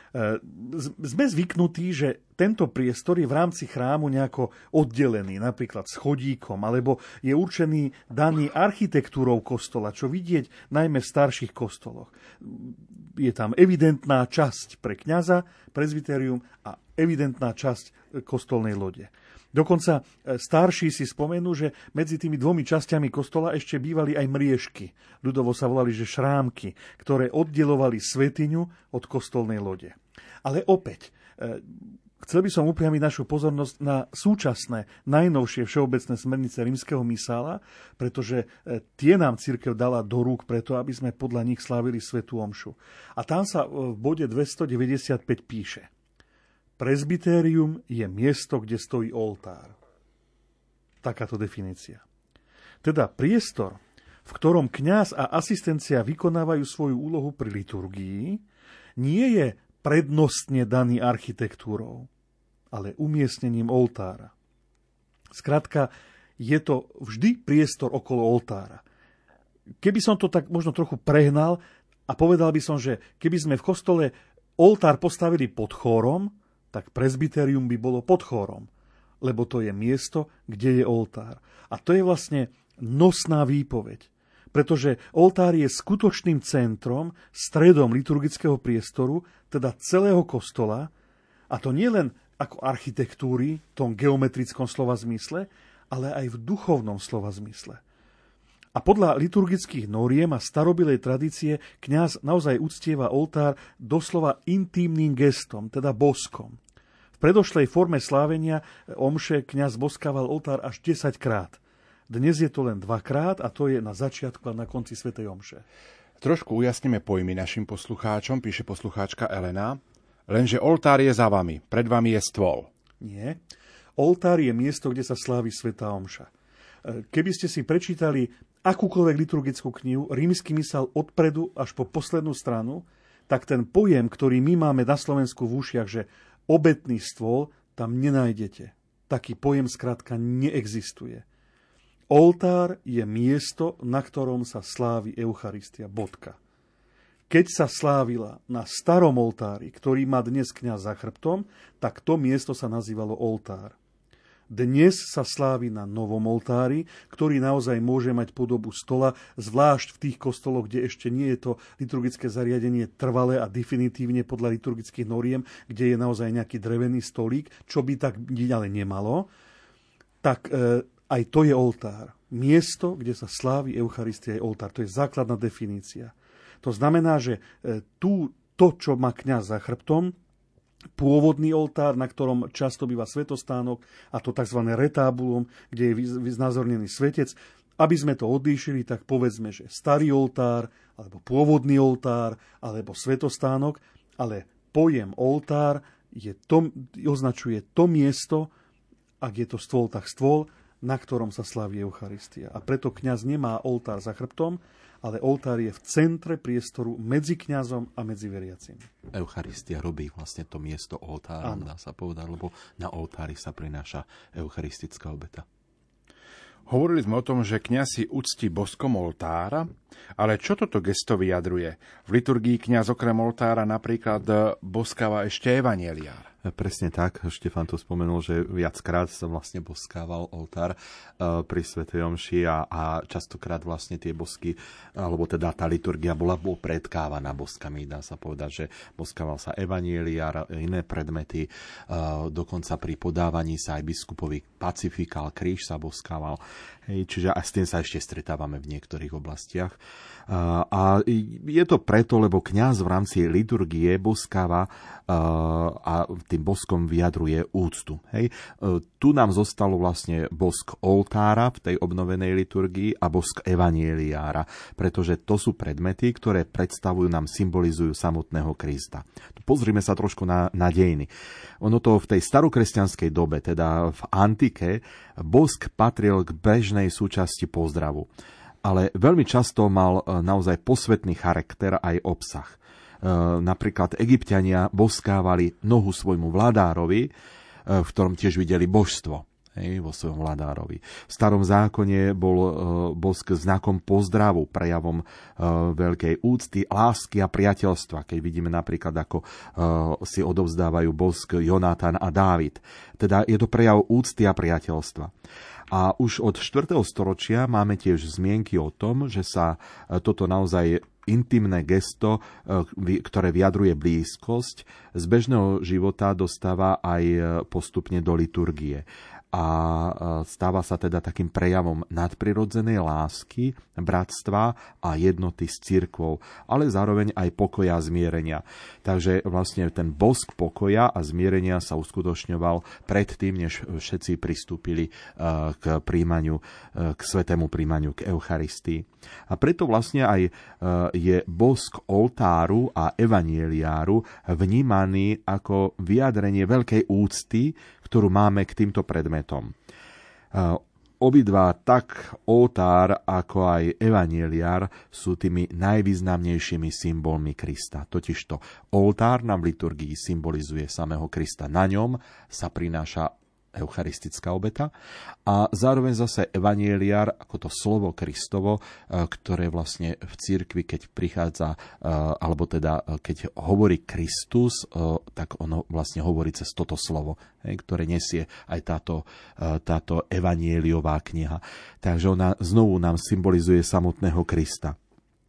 Sme zvyknutí, že tento priestor je v rámci chrámu nejako oddelený, napríklad schodíkom, alebo je určený daný architektúrou kostola, čo vidieť najmä v starších kostoloch. je tam evidentná časť pre kňaza, prezbyterium a evidentná časť kostolnej lode. Dokonca starší si spomenú, že medzi tými dvomi časťami kostola ešte bývali aj mriežky. Ľudovo sa volali, že šrámky, ktoré oddelovali svätyňu od kostolnej lode. Ale opäť, chcel by som upriamiť našu pozornosť na súčasné, najnovšie všeobecné smernice rímskeho misála, pretože tie nám cirkev dala do rúk preto, aby sme podľa nich slávili svätú omšu. A tam sa v bode dvestodeväťdesiatpäť píše: Presbytérium je miesto, kde stojí oltár. Takáto definícia. Teda priestor, v ktorom kňaz a asistencia vykonávajú svoju úlohu pri liturgii, nie je prednostne daný architektúrou, ale umiestnením oltára. Skrátka, je to vždy priestor okolo oltára. Keby som to tak možno trochu prehnal a povedal by som, že keby sme v kostole oltár postavili pod chórom, tak presbyterium by bolo pod chórom, lebo to je miesto, kde je oltár. A to je vlastne nosná výpoveď, pretože oltár je skutočným centrom, stredom liturgického priestoru, teda celého kostola, a to nie len ako architektúry, v tom geometrickom slova zmysle, ale aj v duchovnom slova zmysle. A podľa liturgických noriem a starobilej tradície kňaz naozaj uctieva oltár doslova intímnym gestom, teda boskom. V predošlej forme slávenia omše kňaz boskával oltár až desaťkrát. Dnes je to len dvakrát a to je na začiatku a na konci svätej omše. Trošku ujasníme pojmy našim poslucháčom, píše poslucháčka Elena. Lenže oltár je za vami, pred vami je stôl. Nie. Oltár je miesto, kde sa slávi svätá omša. Keby ste si prečítali akúkoľvek liturgickú knihu, rímsky misál odpredu až po poslednú stranu, tak ten pojem, ktorý my máme na Slovensku v ušiach, že obetný stôl, tam nenájdete. Taký pojem skrátka neexistuje. Oltár je miesto, na ktorom sa slávi Eucharistia. Bodka. Keď sa slávila na starom oltári, ktorý má dnes kňaz za chrbtom, tak to miesto sa nazývalo oltár. Dnes sa slávi na novom oltári, ktorý naozaj môže mať podobu stola, zvlášť v tých kostoloch, kde ešte nie je to liturgické zariadenie trvalé a definitívne podľa liturgických noriem, kde je naozaj nejaký drevený stolík, čo by tak ale nemalo, tak e, aj to je oltár. Miesto, kde sa slávi Eucharistia, je oltár. To je základná definícia. To znamená, že e, tu to, čo má kňaz za chrbtom, pôvodný oltár, na ktorom často býva svätostánok, a to tzv. Retábulum, kde je vyznázornený svetec. Aby sme to odlíšili, tak povedzme, že starý oltár, alebo pôvodný oltár, alebo svätostánok, ale pojem oltár je to, označuje to miesto, ak je to stôl, tak stôl, na ktorom sa slaví Eucharistia. A preto kňaz nemá oltár za chrbtom, ale oltár je v centre priestoru medzi kňazom a medzi veriacimi. Eucharistia robí vlastne to miesto oltárom, dá sa povedať, lebo na oltári sa prináša eucharistická obeta. Hovorili sme o tom, že kňaz si uctí boskom oltára, ale čo toto gesto vyjadruje? V liturgii kňaz okrem oltára napríklad boskáva ešte evanjeliár. Presne tak, Štefan tu spomenul, že viackrát sa vlastne boskával oltár pri svätej omši a, a častokrát vlastne tie bosky, alebo teda tá liturgia bola predkávaná boskami, dá sa povedať, že boskával sa evanjeliár, iné predmety, dokonca pri podávaní sa aj biskupovi pacifikál, kríž sa boskával. Hej, čiže a s tým sa ešte stretávame v niektorých oblastiach. A je to preto, lebo kňaz v rámci liturgie boskáva a tým boskom vyjadruje úctu. Hej. Tu nám zostalo vlastne bosk oltára v tej obnovenej liturgii a bosk evanjeliára, pretože to sú predmety, ktoré predstavujú nám, symbolizujú samotného Krista. Pozrime sa trošku na, na dejiny. Ono to v tej starokresťanskej dobe, teda v antike, bosk patril k bežnej súčasti pozdravu. Ale veľmi často mal naozaj posvetný charakter aj obsah. Napríklad Egypťania boskávali nohu svojmu vladárovi, v ktorom tiež videli božstvo, hej, vo svojom vladárovi. V starom zákone bol bosk znakom pozdravu, prejavom veľkej úcty, lásky a priateľstva. Keď vidíme napríklad, ako si odovzdávajú bosk Jonatan a Dávid. Teda je to prejav úcty a priateľstva. A už od štvrtého storočia máme tiež zmienky o tom, že sa toto naozaj intimné gesto, ktoré vyjadruje blízkosť, z bežného života dostáva aj postupne do liturgie. A stáva sa teda takým prejavom nadprirodzenej lásky, bratstva a jednoty s cirkvou, ale zároveň aj pokoja a zmierenia. Takže vlastne ten bosk pokoja a zmierenia sa uskutočňoval predtým, než všetci pristúpili k príjmaniu, k svätému príjmaniu, k Eucharistii. A preto vlastne aj je bosk oltáru a evanieliáru vnímaný ako vyjadrenie veľkej úcty, ktorú máme k týmto predmetom. Obidva, tak oltár ako aj evanieliár, sú tými najvýznamnejšími symbolmi Krista. Totižto oltár nám v liturgii symbolizuje samého Krista. Na ňom sa prináša eucharistická obeta a zároveň zase evanieliár ako to slovo Kristovo, ktoré vlastne v cirkvi, keď prichádza, alebo teda keď hovorí Kristus, tak ono vlastne hovorí cez toto slovo, ktoré nesie aj táto, táto evanieliová kniha. Takže ona znovu nám symbolizuje samotného Krista.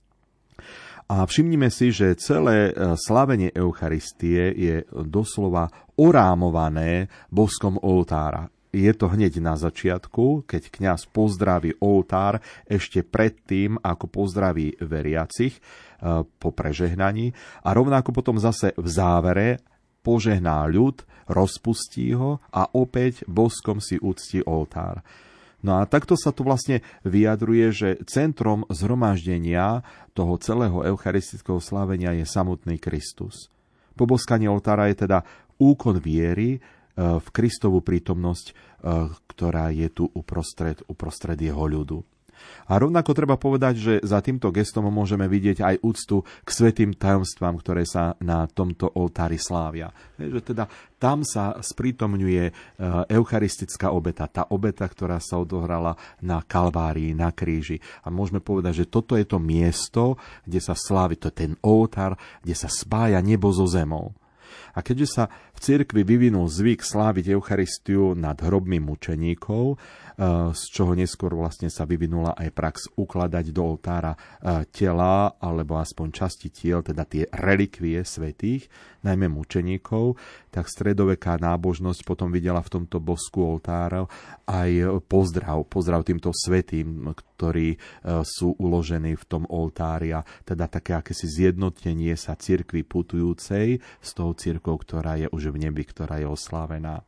A všimnime si, že celé slávenie Eucharistie je doslova orámované boskom oltára. Je to hneď na začiatku, keď kňaz pozdraví oltár ešte predtým, ako pozdraví veriacich po prežehnaní. A rovnako potom zase v závere požehná ľud, rozpustí ho a opäť boskom si uctí oltár. No a takto sa tu vlastne vyjadruje, že centrom zhromaždenia toho celého eucharistického slávenia je samotný Kristus. Poboskanie oltára je teda úkon viery v Kristovu prítomnosť, ktorá je tu uprostred, uprostred jeho ľudu. A rovnako treba povedať, že za týmto gestom môžeme vidieť aj úctu k svätým tajomstvám, ktoré sa na tomto oltári slávia. Že teda tam sa sprítomňuje eucharistická obeta, tá obeta, ktorá sa odohrala na Kalvárii, na kríži. A môžeme povedať, že toto je to miesto, kde sa slávi, to je ten oltár, kde sa spája nebo so zemou. A keďže sa v cirkvi vyvinul zvyk sláviť Eucharistiu nad hrobmi mučeníkov, z čoho neskôr vlastne sa vyvinula aj prax ukladať do oltára tela alebo aspoň časti tiel, teda tie relikvie svätých, najmä mučeníkov, tak stredoveká nábožnosť potom videla v tomto bosku oltára aj pozdrav, pozdrav týmto svätým, ktorí sú uložení v tom oltári, a teda také akési zjednotenie sa cirkvi putujúcej s tou cirkvou, ktorá je už v nebi, ktorá je oslávená.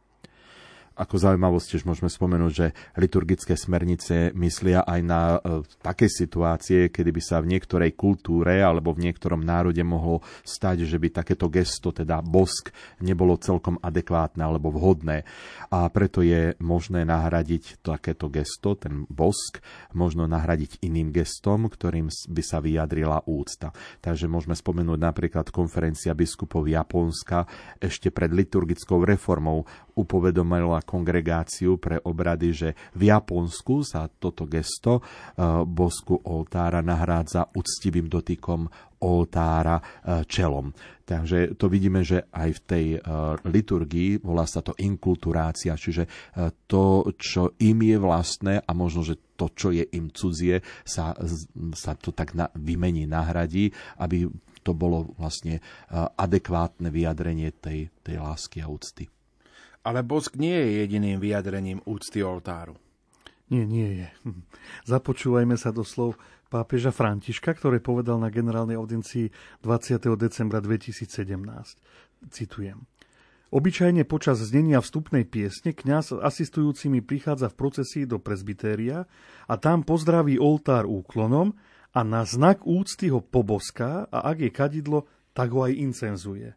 Ako zaujímavosť tiež môžeme spomenúť, že liturgické smernice myslia aj na e, také situácie, kedy by sa v niektorej kultúre alebo v niektorom národe mohlo stať, že by takéto gesto, teda bosk, nebolo celkom adekvátne alebo vhodné. A preto je možné nahradiť takéto gesto, ten bosk, možno nahradiť iným gestom, ktorým by sa vyjadrila úcta. Takže môžeme spomenúť napríklad konferencia biskupov Japonska ešte pred liturgickou reformou upovedomila kongregáciu pre obrady, že v Japonsku sa toto gesto bosku oltára nahrádza uctivým dotykom oltára čelom. Takže to vidíme, že aj v tej liturgii volá sa to inkulturácia, čiže to, čo im je vlastné a možno, že to, čo je im cudzie, sa, sa to tak na, vymení, nahradí, aby to bolo vlastne adekvátne vyjadrenie tej, tej lásky a úcty. Ale bosk nie je jediným vyjadrením úcty oltáru. Nie, nie je. Započúvajme sa do slov pápeža Františka, ktoré povedal na generálnej audiencii dvadsiateho decembra dvetisícsedemnásť. Citujem. Obyčajne počas znenia vstupnej piesne kňaz asistujúcimi prichádza v procesii do presbytéria a tam pozdraví oltár úklonom a na znak úcty ho poboská a ak je kadidlo, tak ho aj incenzuje.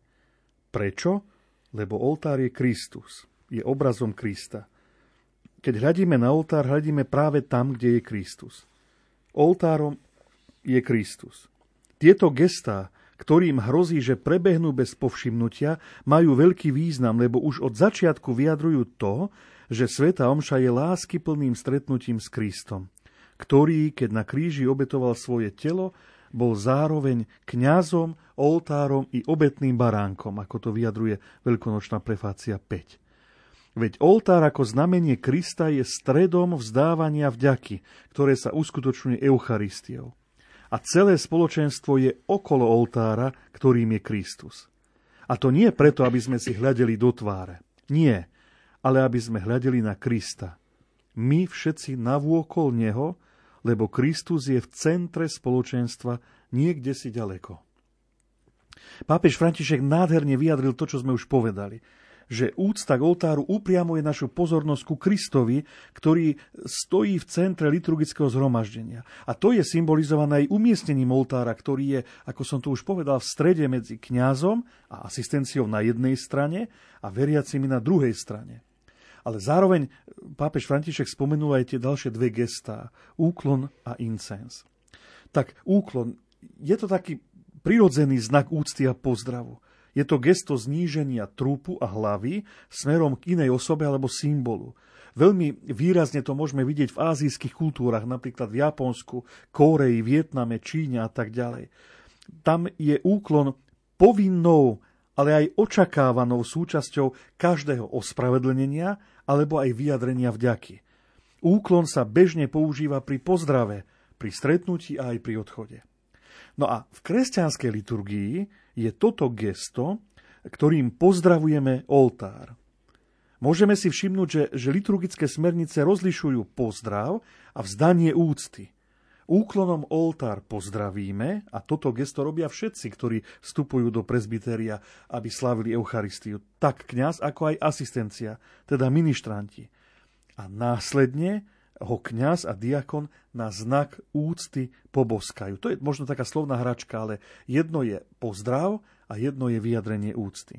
Prečo? Lebo oltár je Kristus, je obrazom Krista. Keď hľadíme na oltár, hľadíme práve tam, kde je Kristus. Oltárom je Kristus. Tieto gestá, ktorým hrozí, že prebehnú bez povšimnutia, majú veľký význam, lebo už od začiatku vyjadrujú to, že svätá omša je láskyplným stretnutím s Kristom, ktorý, keď na kríži obetoval svoje telo, bol zároveň kňazom, oltárom i obetným baránkom, ako to vyjadruje veľkonočná prefácia päť. Veď oltár ako znamenie Krista je stredom vzdávania vďaky, ktoré sa uskutočňuje Eucharistiou. A celé spoločenstvo je okolo oltára, ktorým je Kristus. A to nie preto, aby sme si hľadeli do tváre. Nie, ale aby sme hľadeli na Krista. My všetci navôkol neho, lebo Kristus je v centre spoločenstva niekde si ďaleko. Pápež František nádherne vyjadril to, čo sme už povedali, že úcta k oltáru upriamuje našu pozornosť ku Kristovi, ktorý stojí v centre liturgického zhromaždenia. A to je symbolizované aj umiestnením oltára, ktorý je, ako som tu už povedal, v strede medzi kňazom a asistenciou na jednej strane a veriacimi na druhej strane. Ale zároveň pápež František spomenul aj tie ďalšie dve gestá, úklon a incens. Tak úklon, je to taký prirodzený znak úcty a pozdravu. Je to gesto zníženia trúpu a hlavy smerom k inej osobe alebo symbolu. Veľmi výrazne to môžeme vidieť v ázijských kultúrach, napríklad v Japonsku, Kóreji, Vietname, Číne a tak ďalej. Tam je úklon povinnou, ale aj očakávanou súčasťou každého ospravedlnenia alebo aj vyjadrenia vďaky. Úklon sa bežne používa pri pozdrave, pri stretnutí a aj pri odchode. No a v kresťanskej liturgii je toto gesto, ktorým pozdravujeme oltár. Môžeme si všimnúť, že, že liturgické smernice rozlišujú pozdrav a vzdanie úcty. Úklonom oltár pozdravíme a toto gesto robia všetci, ktorí vstupujú do presbytéria, aby slávili Eucharistiu. Tak kňaz, ako aj asistencia, teda ministranti. A následne ho kňaz a diakon na znak úcty poboskajú. To je možno taká slovná hračka, ale jedno je pozdrav a jedno je vyjadrenie úcty.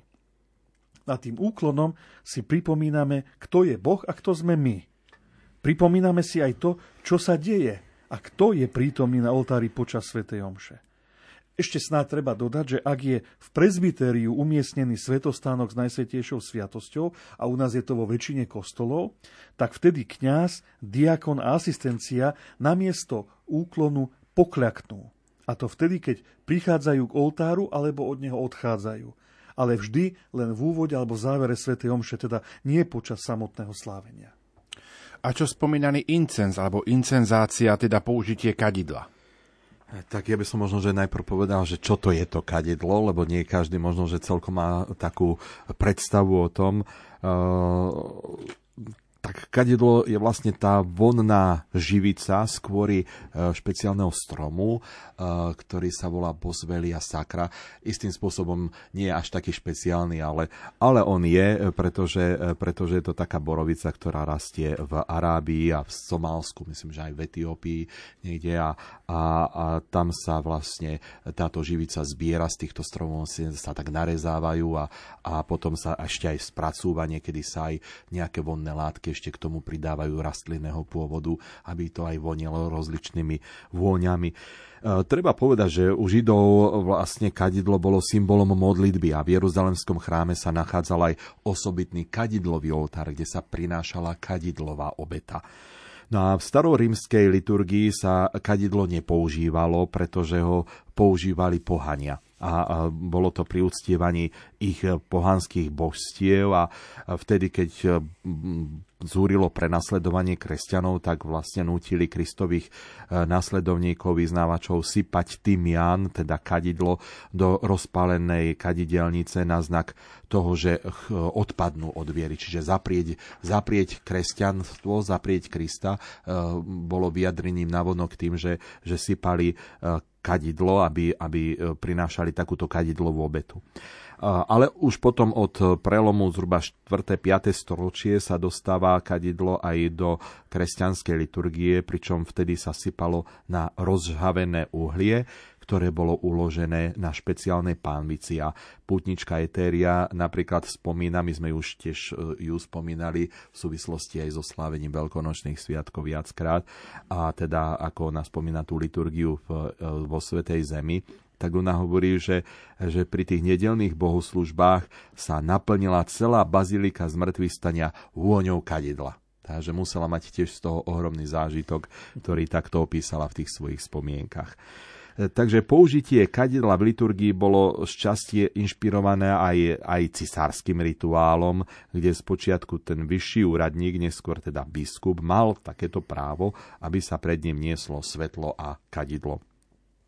A tým úklonom si pripomíname, kto je Boh a kto sme my. Pripomíname si aj to, čo sa deje a kto je prítomný na oltári počas svätej omše. Ešte snáď treba dodať, že ak je v presbytériu umiestnený svätostánok s najsvätejšou sviatosťou, a u nás je to vo väčšine kostolov, tak vtedy kňaz, diakon a asistencia namiesto úklonu pokľaknú. A to vtedy, keď prichádzajú k oltáru alebo od neho odchádzajú. Ale vždy len v úvode alebo v závere svätej omše, teda nie počas samotného slávenia. A čo spomínaný incens alebo incenzácia, teda použitie kadidla? Tak ja by som možno, že najprv povedal, že čo to je to kadidlo, lebo nie každý možno, že celkom má takú predstavu o tom. Tak kadidlo je vlastne tá vonná živica z kôry špeciálneho stromu, ktorý sa volá Boswellia sacra. Istým spôsobom nie je až taký špeciálny, ale, ale on je, pretože, pretože je to taká borovica, ktorá rastie v Arábii a v Somálsku, myslím, že aj v Etiópii niekde. A, a, a tam sa vlastne táto živica zbiera z týchto stromov, sa tak narezávajú a, a potom sa ešte aj spracúva, niekedy sa aj nejaké vonné látky ešte k tomu pridávajú rastlinného pôvodu, aby to aj vonilo rozličnými vôňami. E, treba povedať, že u Židov vlastne kadidlo bolo symbolom modlitby a v Jeruzalemskom chráme sa nachádzal aj osobitný kadidlový oltár, kde sa prinášala kadidlová obeta. No a v starorímskej liturgii sa kadidlo nepoužívalo, pretože ho používali pohania. A bolo to pri uctievaní ich pohanských božstiev a vtedy, keď zúrilo prenasledovanie kresťanov, tak vlastne nútili Kristových nasledovníkov, vyznávačov sypať tymián, teda kadidlo, do rozpálenej kadidelnice na znak toho, že odpadnú od viery. Čiže zaprieť, zaprieť kresťanstvo, zaprieť Krista bolo vyjadrením navonok tým, že, že sypali kadidlo, aby, aby prinášali takúto kadidlovú obetu. Ale už potom od prelomu zhruba štvrté piate storočie sa dostáva kadidlo aj do kresťanskej liturgie, pričom vtedy sa sypalo na rozžhavené uhlie, ktoré bolo uložené na špeciálnej pánvici. A pútnička Etéria napríklad spomína, my sme už tiež ju spomínali v súvislosti aj so slávením veľkonočných sviatkov viackrát, a teda ako ona spomína tú liturgiu v, vo Svätej Zemi, tak ona hovorí, že, že pri tých nedeľných bohoslužbách sa naplnila celá bazilika zmŕtvychvstania vôňou kadidla. Takže musela mať tiež z toho ohromný zážitok, ktorý takto opísala v tých svojich spomienkach. Takže použitie kadidla v liturgii bolo šťastie inšpirované aj, aj cisárskym rituálom, kde spočiatku ten vyšší úradník, neskôr teda biskup, mal takéto právo, aby sa pred ním nieslo svetlo a kadidlo.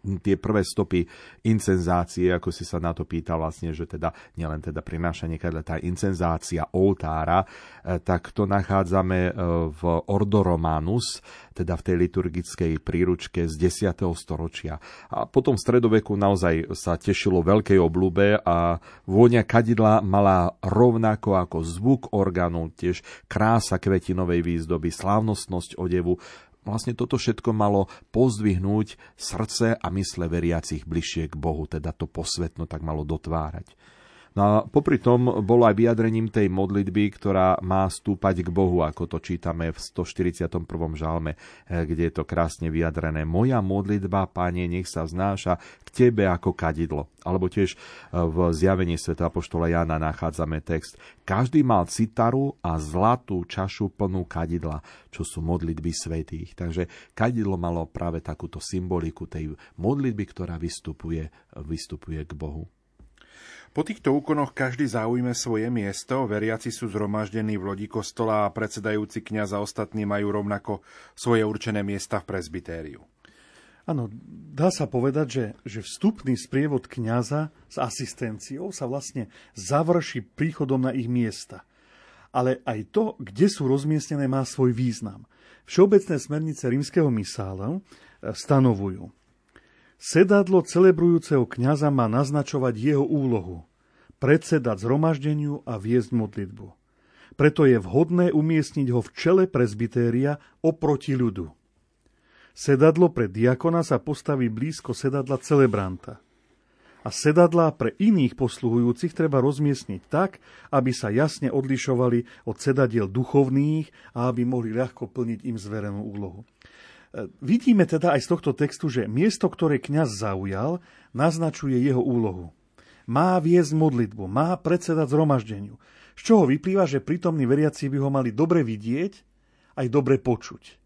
tie prvé stopy incenzácie, ako si sa na to pýtal vlastne, že teda nielen teda prinášanie kadla, tá incenzácia oltára, tak to nachádzame v Ordo Romanus, teda v tej liturgickej príručke z desiateho storočia. A potom v stredoveku naozaj sa tešilo veľkej obľúbe a vôňa kadidla mala rovnako ako zvuk orgánu, tiež krása kvetinovej výzdoby, slávnostnosť odevu. Vlastne toto všetko malo pozdvihnúť srdce a mysle veriacich bližšie k Bohu, teda to posvetno tak malo dotvárať. No a popri tom bolo aj vyjadrením tej modlitby, ktorá má stúpať k Bohu, ako to čítame v stoštyridsiatom prvom žalme, kde je to krásne vyjadrené. Moja modlitba, Pane, nech sa vznáša k Tebe ako kadidlo. Alebo tiež v zjavení svätého apoštola Jána nachádzame text. Každý mal citaru a zlatú čašu plnú kadidla, čo sú modlitby svätých. Takže kadidlo malo práve takúto symboliku tej modlitby, ktorá vystupuje, vystupuje k Bohu. Po týchto úkonoch každý zaujme svoje miesto, veriaci sú zhromaždení v lodi kostola a predsedajúci kňaz a ostatní majú rovnako svoje určené miesta v presbytériu. Áno, dá sa povedať, že, že vstupný sprievod kňaza s asistenciou sa vlastne završí príchodom na ich miesta. Ale aj to, kde sú rozmiestnené, má svoj význam. Všeobecné smernice rímskeho misála stanovujú: sedadlo celebrujúceho kňaza má naznačovať jeho úlohu, predsedať zhromaždeniu a viesť modlitbu. Preto je vhodné umiestniť ho v čele presbytéria oproti ľudu. Sedadlo pre diakona sa postaví blízko sedadla celebranta. A sedadlá pre iných posluhujúcich treba rozmiestniť tak, aby sa jasne odlišovali od sedadiel duchovných a aby mohli ľahko plniť im zverenú úlohu. Vidíme teda aj z tohto textu, že miesto, ktoré kňaz zaujal, naznačuje jeho úlohu. Má viesť modlitbu, má predsedať zhromaždeniu. Z čoho vyplýva, že prítomní veriaci by ho mali dobre vidieť, aj dobre počuť.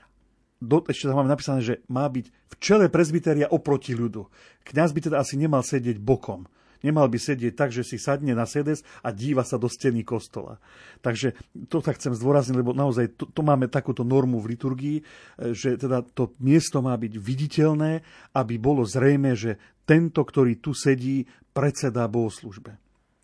Do, ešte tam máme napísané, že má byť v čele presbytéria oproti ľudu. Kňaz by teda asi nemal sedieť bokom. Nemal by sedieť tak, že si sadne na sedes a díva sa do steny kostola. Takže to tak chcem zdôrazniť, lebo naozaj to, to máme takúto normu v liturgii, že teda to miesto má byť viditeľné, aby bolo zrejme, že tento, ktorý tu sedí, predsedá bohoslúžbe.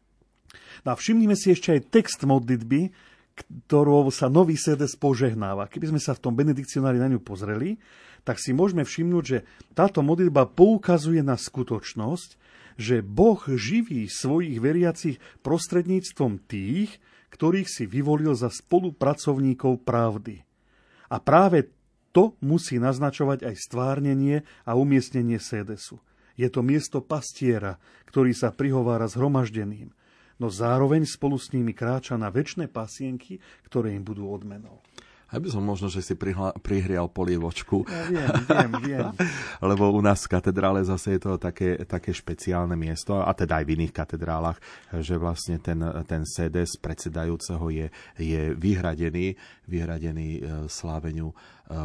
No a všimnime si ešte aj text modlitby, ktorou sa nový sedes požehnáva. Keby sme sa v tom benedikcionári na ňu pozreli, tak si môžeme všimnúť, že táto modlitba poukazuje na skutočnosť, že Boh živí svojich veriacich prostredníctvom tých, ktorých si vyvolil za spolupracovníkov pravdy. A práve to musí naznačovať aj stvárnenie a umiestnenie sedesu. Je to miesto pastiera, ktorý sa prihovára zhromaždeným, no zároveň spolu s nimi kráča na večné pasienky, ktoré im budú odmenou. Ja by som možno, že si prihla, prihrial polievočku. Ja viem, viem, viem. Lebo u nás v katedrále zase je to také, také špeciálne miesto, a teda aj v iných katedrálach, že vlastne ten, ten sedes predsedajúceho je, je vyhradený, vyhradený sláveniu,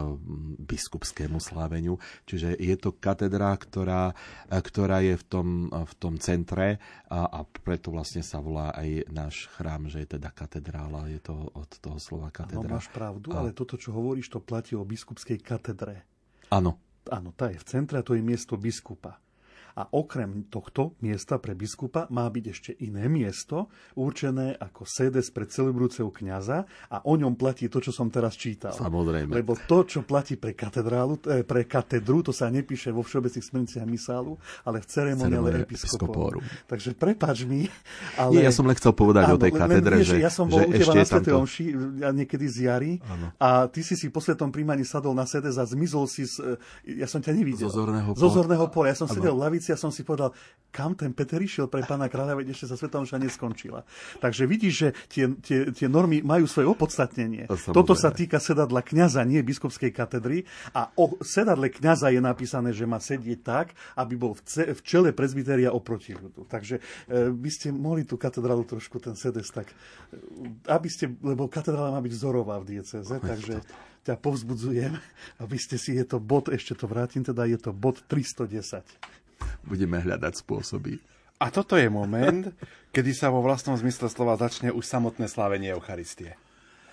biskupskému sláveniu. Čiže je to katedra, ktorá, ktorá je v tom, v tom centre a, a preto vlastne sa volá aj náš chrám, že je teda katedrála, je to od toho slova katedra. No, máš pravdu, a... ale toto, čo hovoríš, to platí o biskupskej katedre. Áno. Áno, tá je v centre a to je miesto biskupa. A okrem tohto miesta pre biskupa má byť ešte iné miesto, určené ako sedes pre celebrujúceho kňaza, a o ňom platí to, čo som teraz čítal. Samozrejme. Lebo to, čo platí pre katedrálu, pre katedru, to sa nepíše vo všeobecných smerniciach misálu, ale v ceremoniále episkopóru. Takže prepáč mi, ale... Nie, ja som len chcel povedať áno, o tej katedre, vieš, že, ja som bol že u teba ešte na Svätej tamto... omši niekedy z jary, áno. A ty si si po svetom príjmaní sadol na sedes a zmizol si z... Ja som ťa nevidel. Zo zorného pola. Zo zorného pola. Ja som sedel v lavici a som si povedal, kam ten Peter išiel pre pána kráľa, veď ešte sa Svätá omša neskončila. Takže vidíš, že tie, tie, tie normy majú svoje opodstatnenie. Toto sa týka sedadla kňaza, nie biskupskej katedry. A o sedadle kňaza je napísané, že má sedieť tak, aby bol v, ce, v čele presbytéria oproti ľudu. Takže e, by ste mohli tú katedrálu trošku, ten sedes, tak, aby ste, lebo katedrála má byť vzorová v diecéze, takže ťa povzbudzujem, aby ste si, je to bod, ešte to vrátim, teda je to bod tristodesať. Budeme hľadať spôsoby. A toto je moment, kedy sa vo vlastnom zmysle slova začne už samotné slávenie Eucharistie.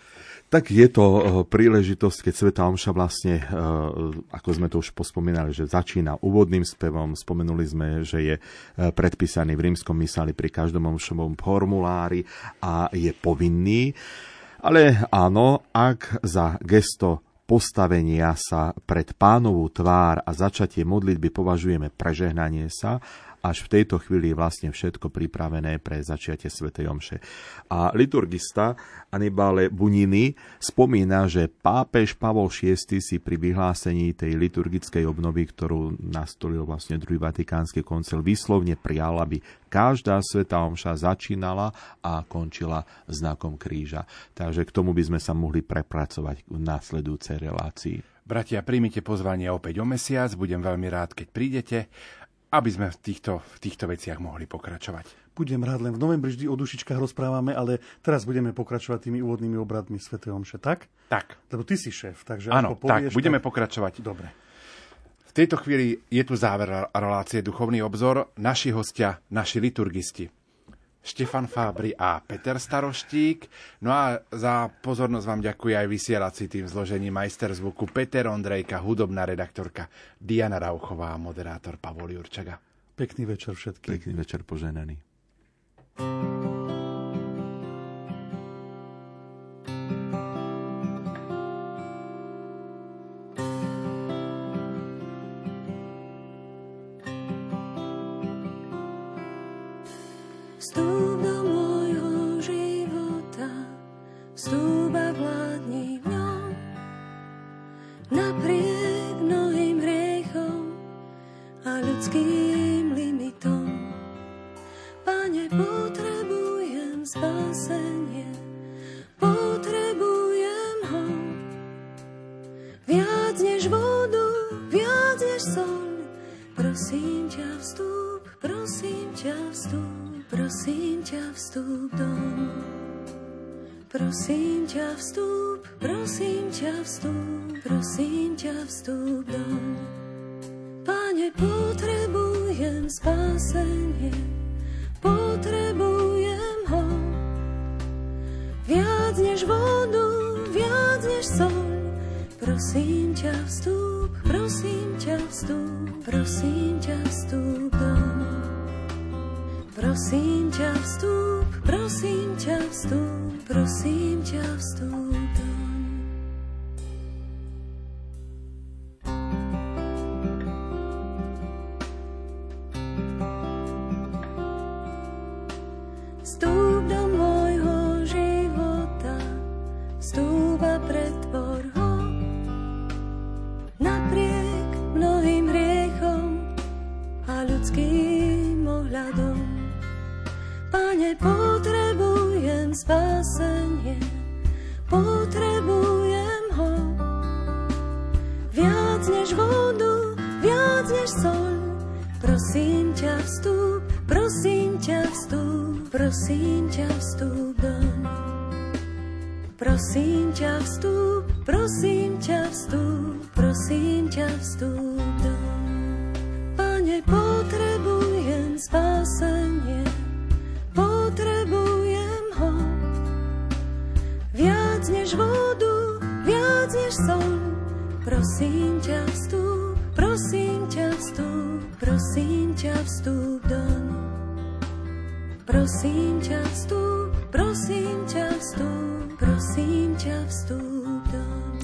Tak je to príležitosť, keď svätá omša vlastne, ako sme to už pospomínali, že začína úvodným spevom. Spomenuli sme, že je predpísaný v rímskom misáli pri každom omšovom formulári a je povinný. Ale áno, ak za gesto postavenia sa pred Pánovú tvár a začatie modlitby považujeme prežehnanie sa, až v tejto chvíli je vlastne všetko pripravené pre začiatie svätej omše. A liturgista Annibale Bugnini spomína, že pápež Pavol šiesty si pri vyhlásení tej liturgickej obnovy, ktorú nastolil vlastne druhý vatikánsky koncil, výslovne prijal, aby každá svätá omša začínala a končila znakom kríža. Takže k tomu by sme sa mohli prepracovať v následujúcej relácii. Bratia, príjmite pozvanie opäť o mesiac, budem veľmi rád, keď prídete, aby sme v týchto, v týchto veciach mohli pokračovať. Budem rád, len v novembri vždy o dušičkách rozprávame, ale teraz budeme pokračovať tými úvodnými obradmi svätej omše, tak? Tak. Lebo ty si šéf, takže áno, ako povieš... tak, budeme tak... pokračovať. Dobre. V tejto chvíli je tu záver relácie Duchovný obzor. Naši hostia, naši liturgisti. Štefan Fábri a Peter Staroštík. No a za pozornosť vám ďakuje aj vysielací tým zložení majster zvuku Peter Ondrejka, hudobná redaktorka Diana Rauchová a moderátor Pavol Jurčaga. Pekný večer všetkým. Pekný večer poženaný. Vstúp do môjho života, vstúp a vládni v ňom, napriek mnohým hriechom a ľudským limitom. Pane, potrebujem spásenie, potrebujem ho, viac než vodu, viac než soľ. Prosím ťa, vstúp, prosím ťa, vstúp. Prosím ťa, vstúp dom. Prosím ťa, vstúp, prosím ťa, vstúp, prosím ťa, vstúp dom. Pane, potrebujem spásenie, potrebujem ho. Viac než vodu, viac než soľ. Prosím ťa, vstúp, prosím ťa, vstúp, prosím ťa, vstúp dom. Prosím ťa, vstúp, prosím ťa, vstúp, prosím ťa, vstúp dom. Vstúp do môjho života, vstúp a pretvor ho, napriek mnohým hriechom a ľudským ohľadom. Pane, potrebujem spásenie, potrebujem ho, viac než vodu, viac než soľ. Prosím ťa, vstúp, prosím ťa, vstúp, prosím ťa, vstúp dom. Prosím ťa, vstúp, prosím ťa, vstúp, prosím ťa, vstúp dom. Pane, potrebujem spásenie, potrebujem ho, viac než vodu, viac než soľ. Prosím ťa, vstúp, prosím ťa, vstúp, prosím ťa, vstúp dom. Prosím ťa, vstúp, prosím ťa, vstúp, prosím ťa, vstúp dom.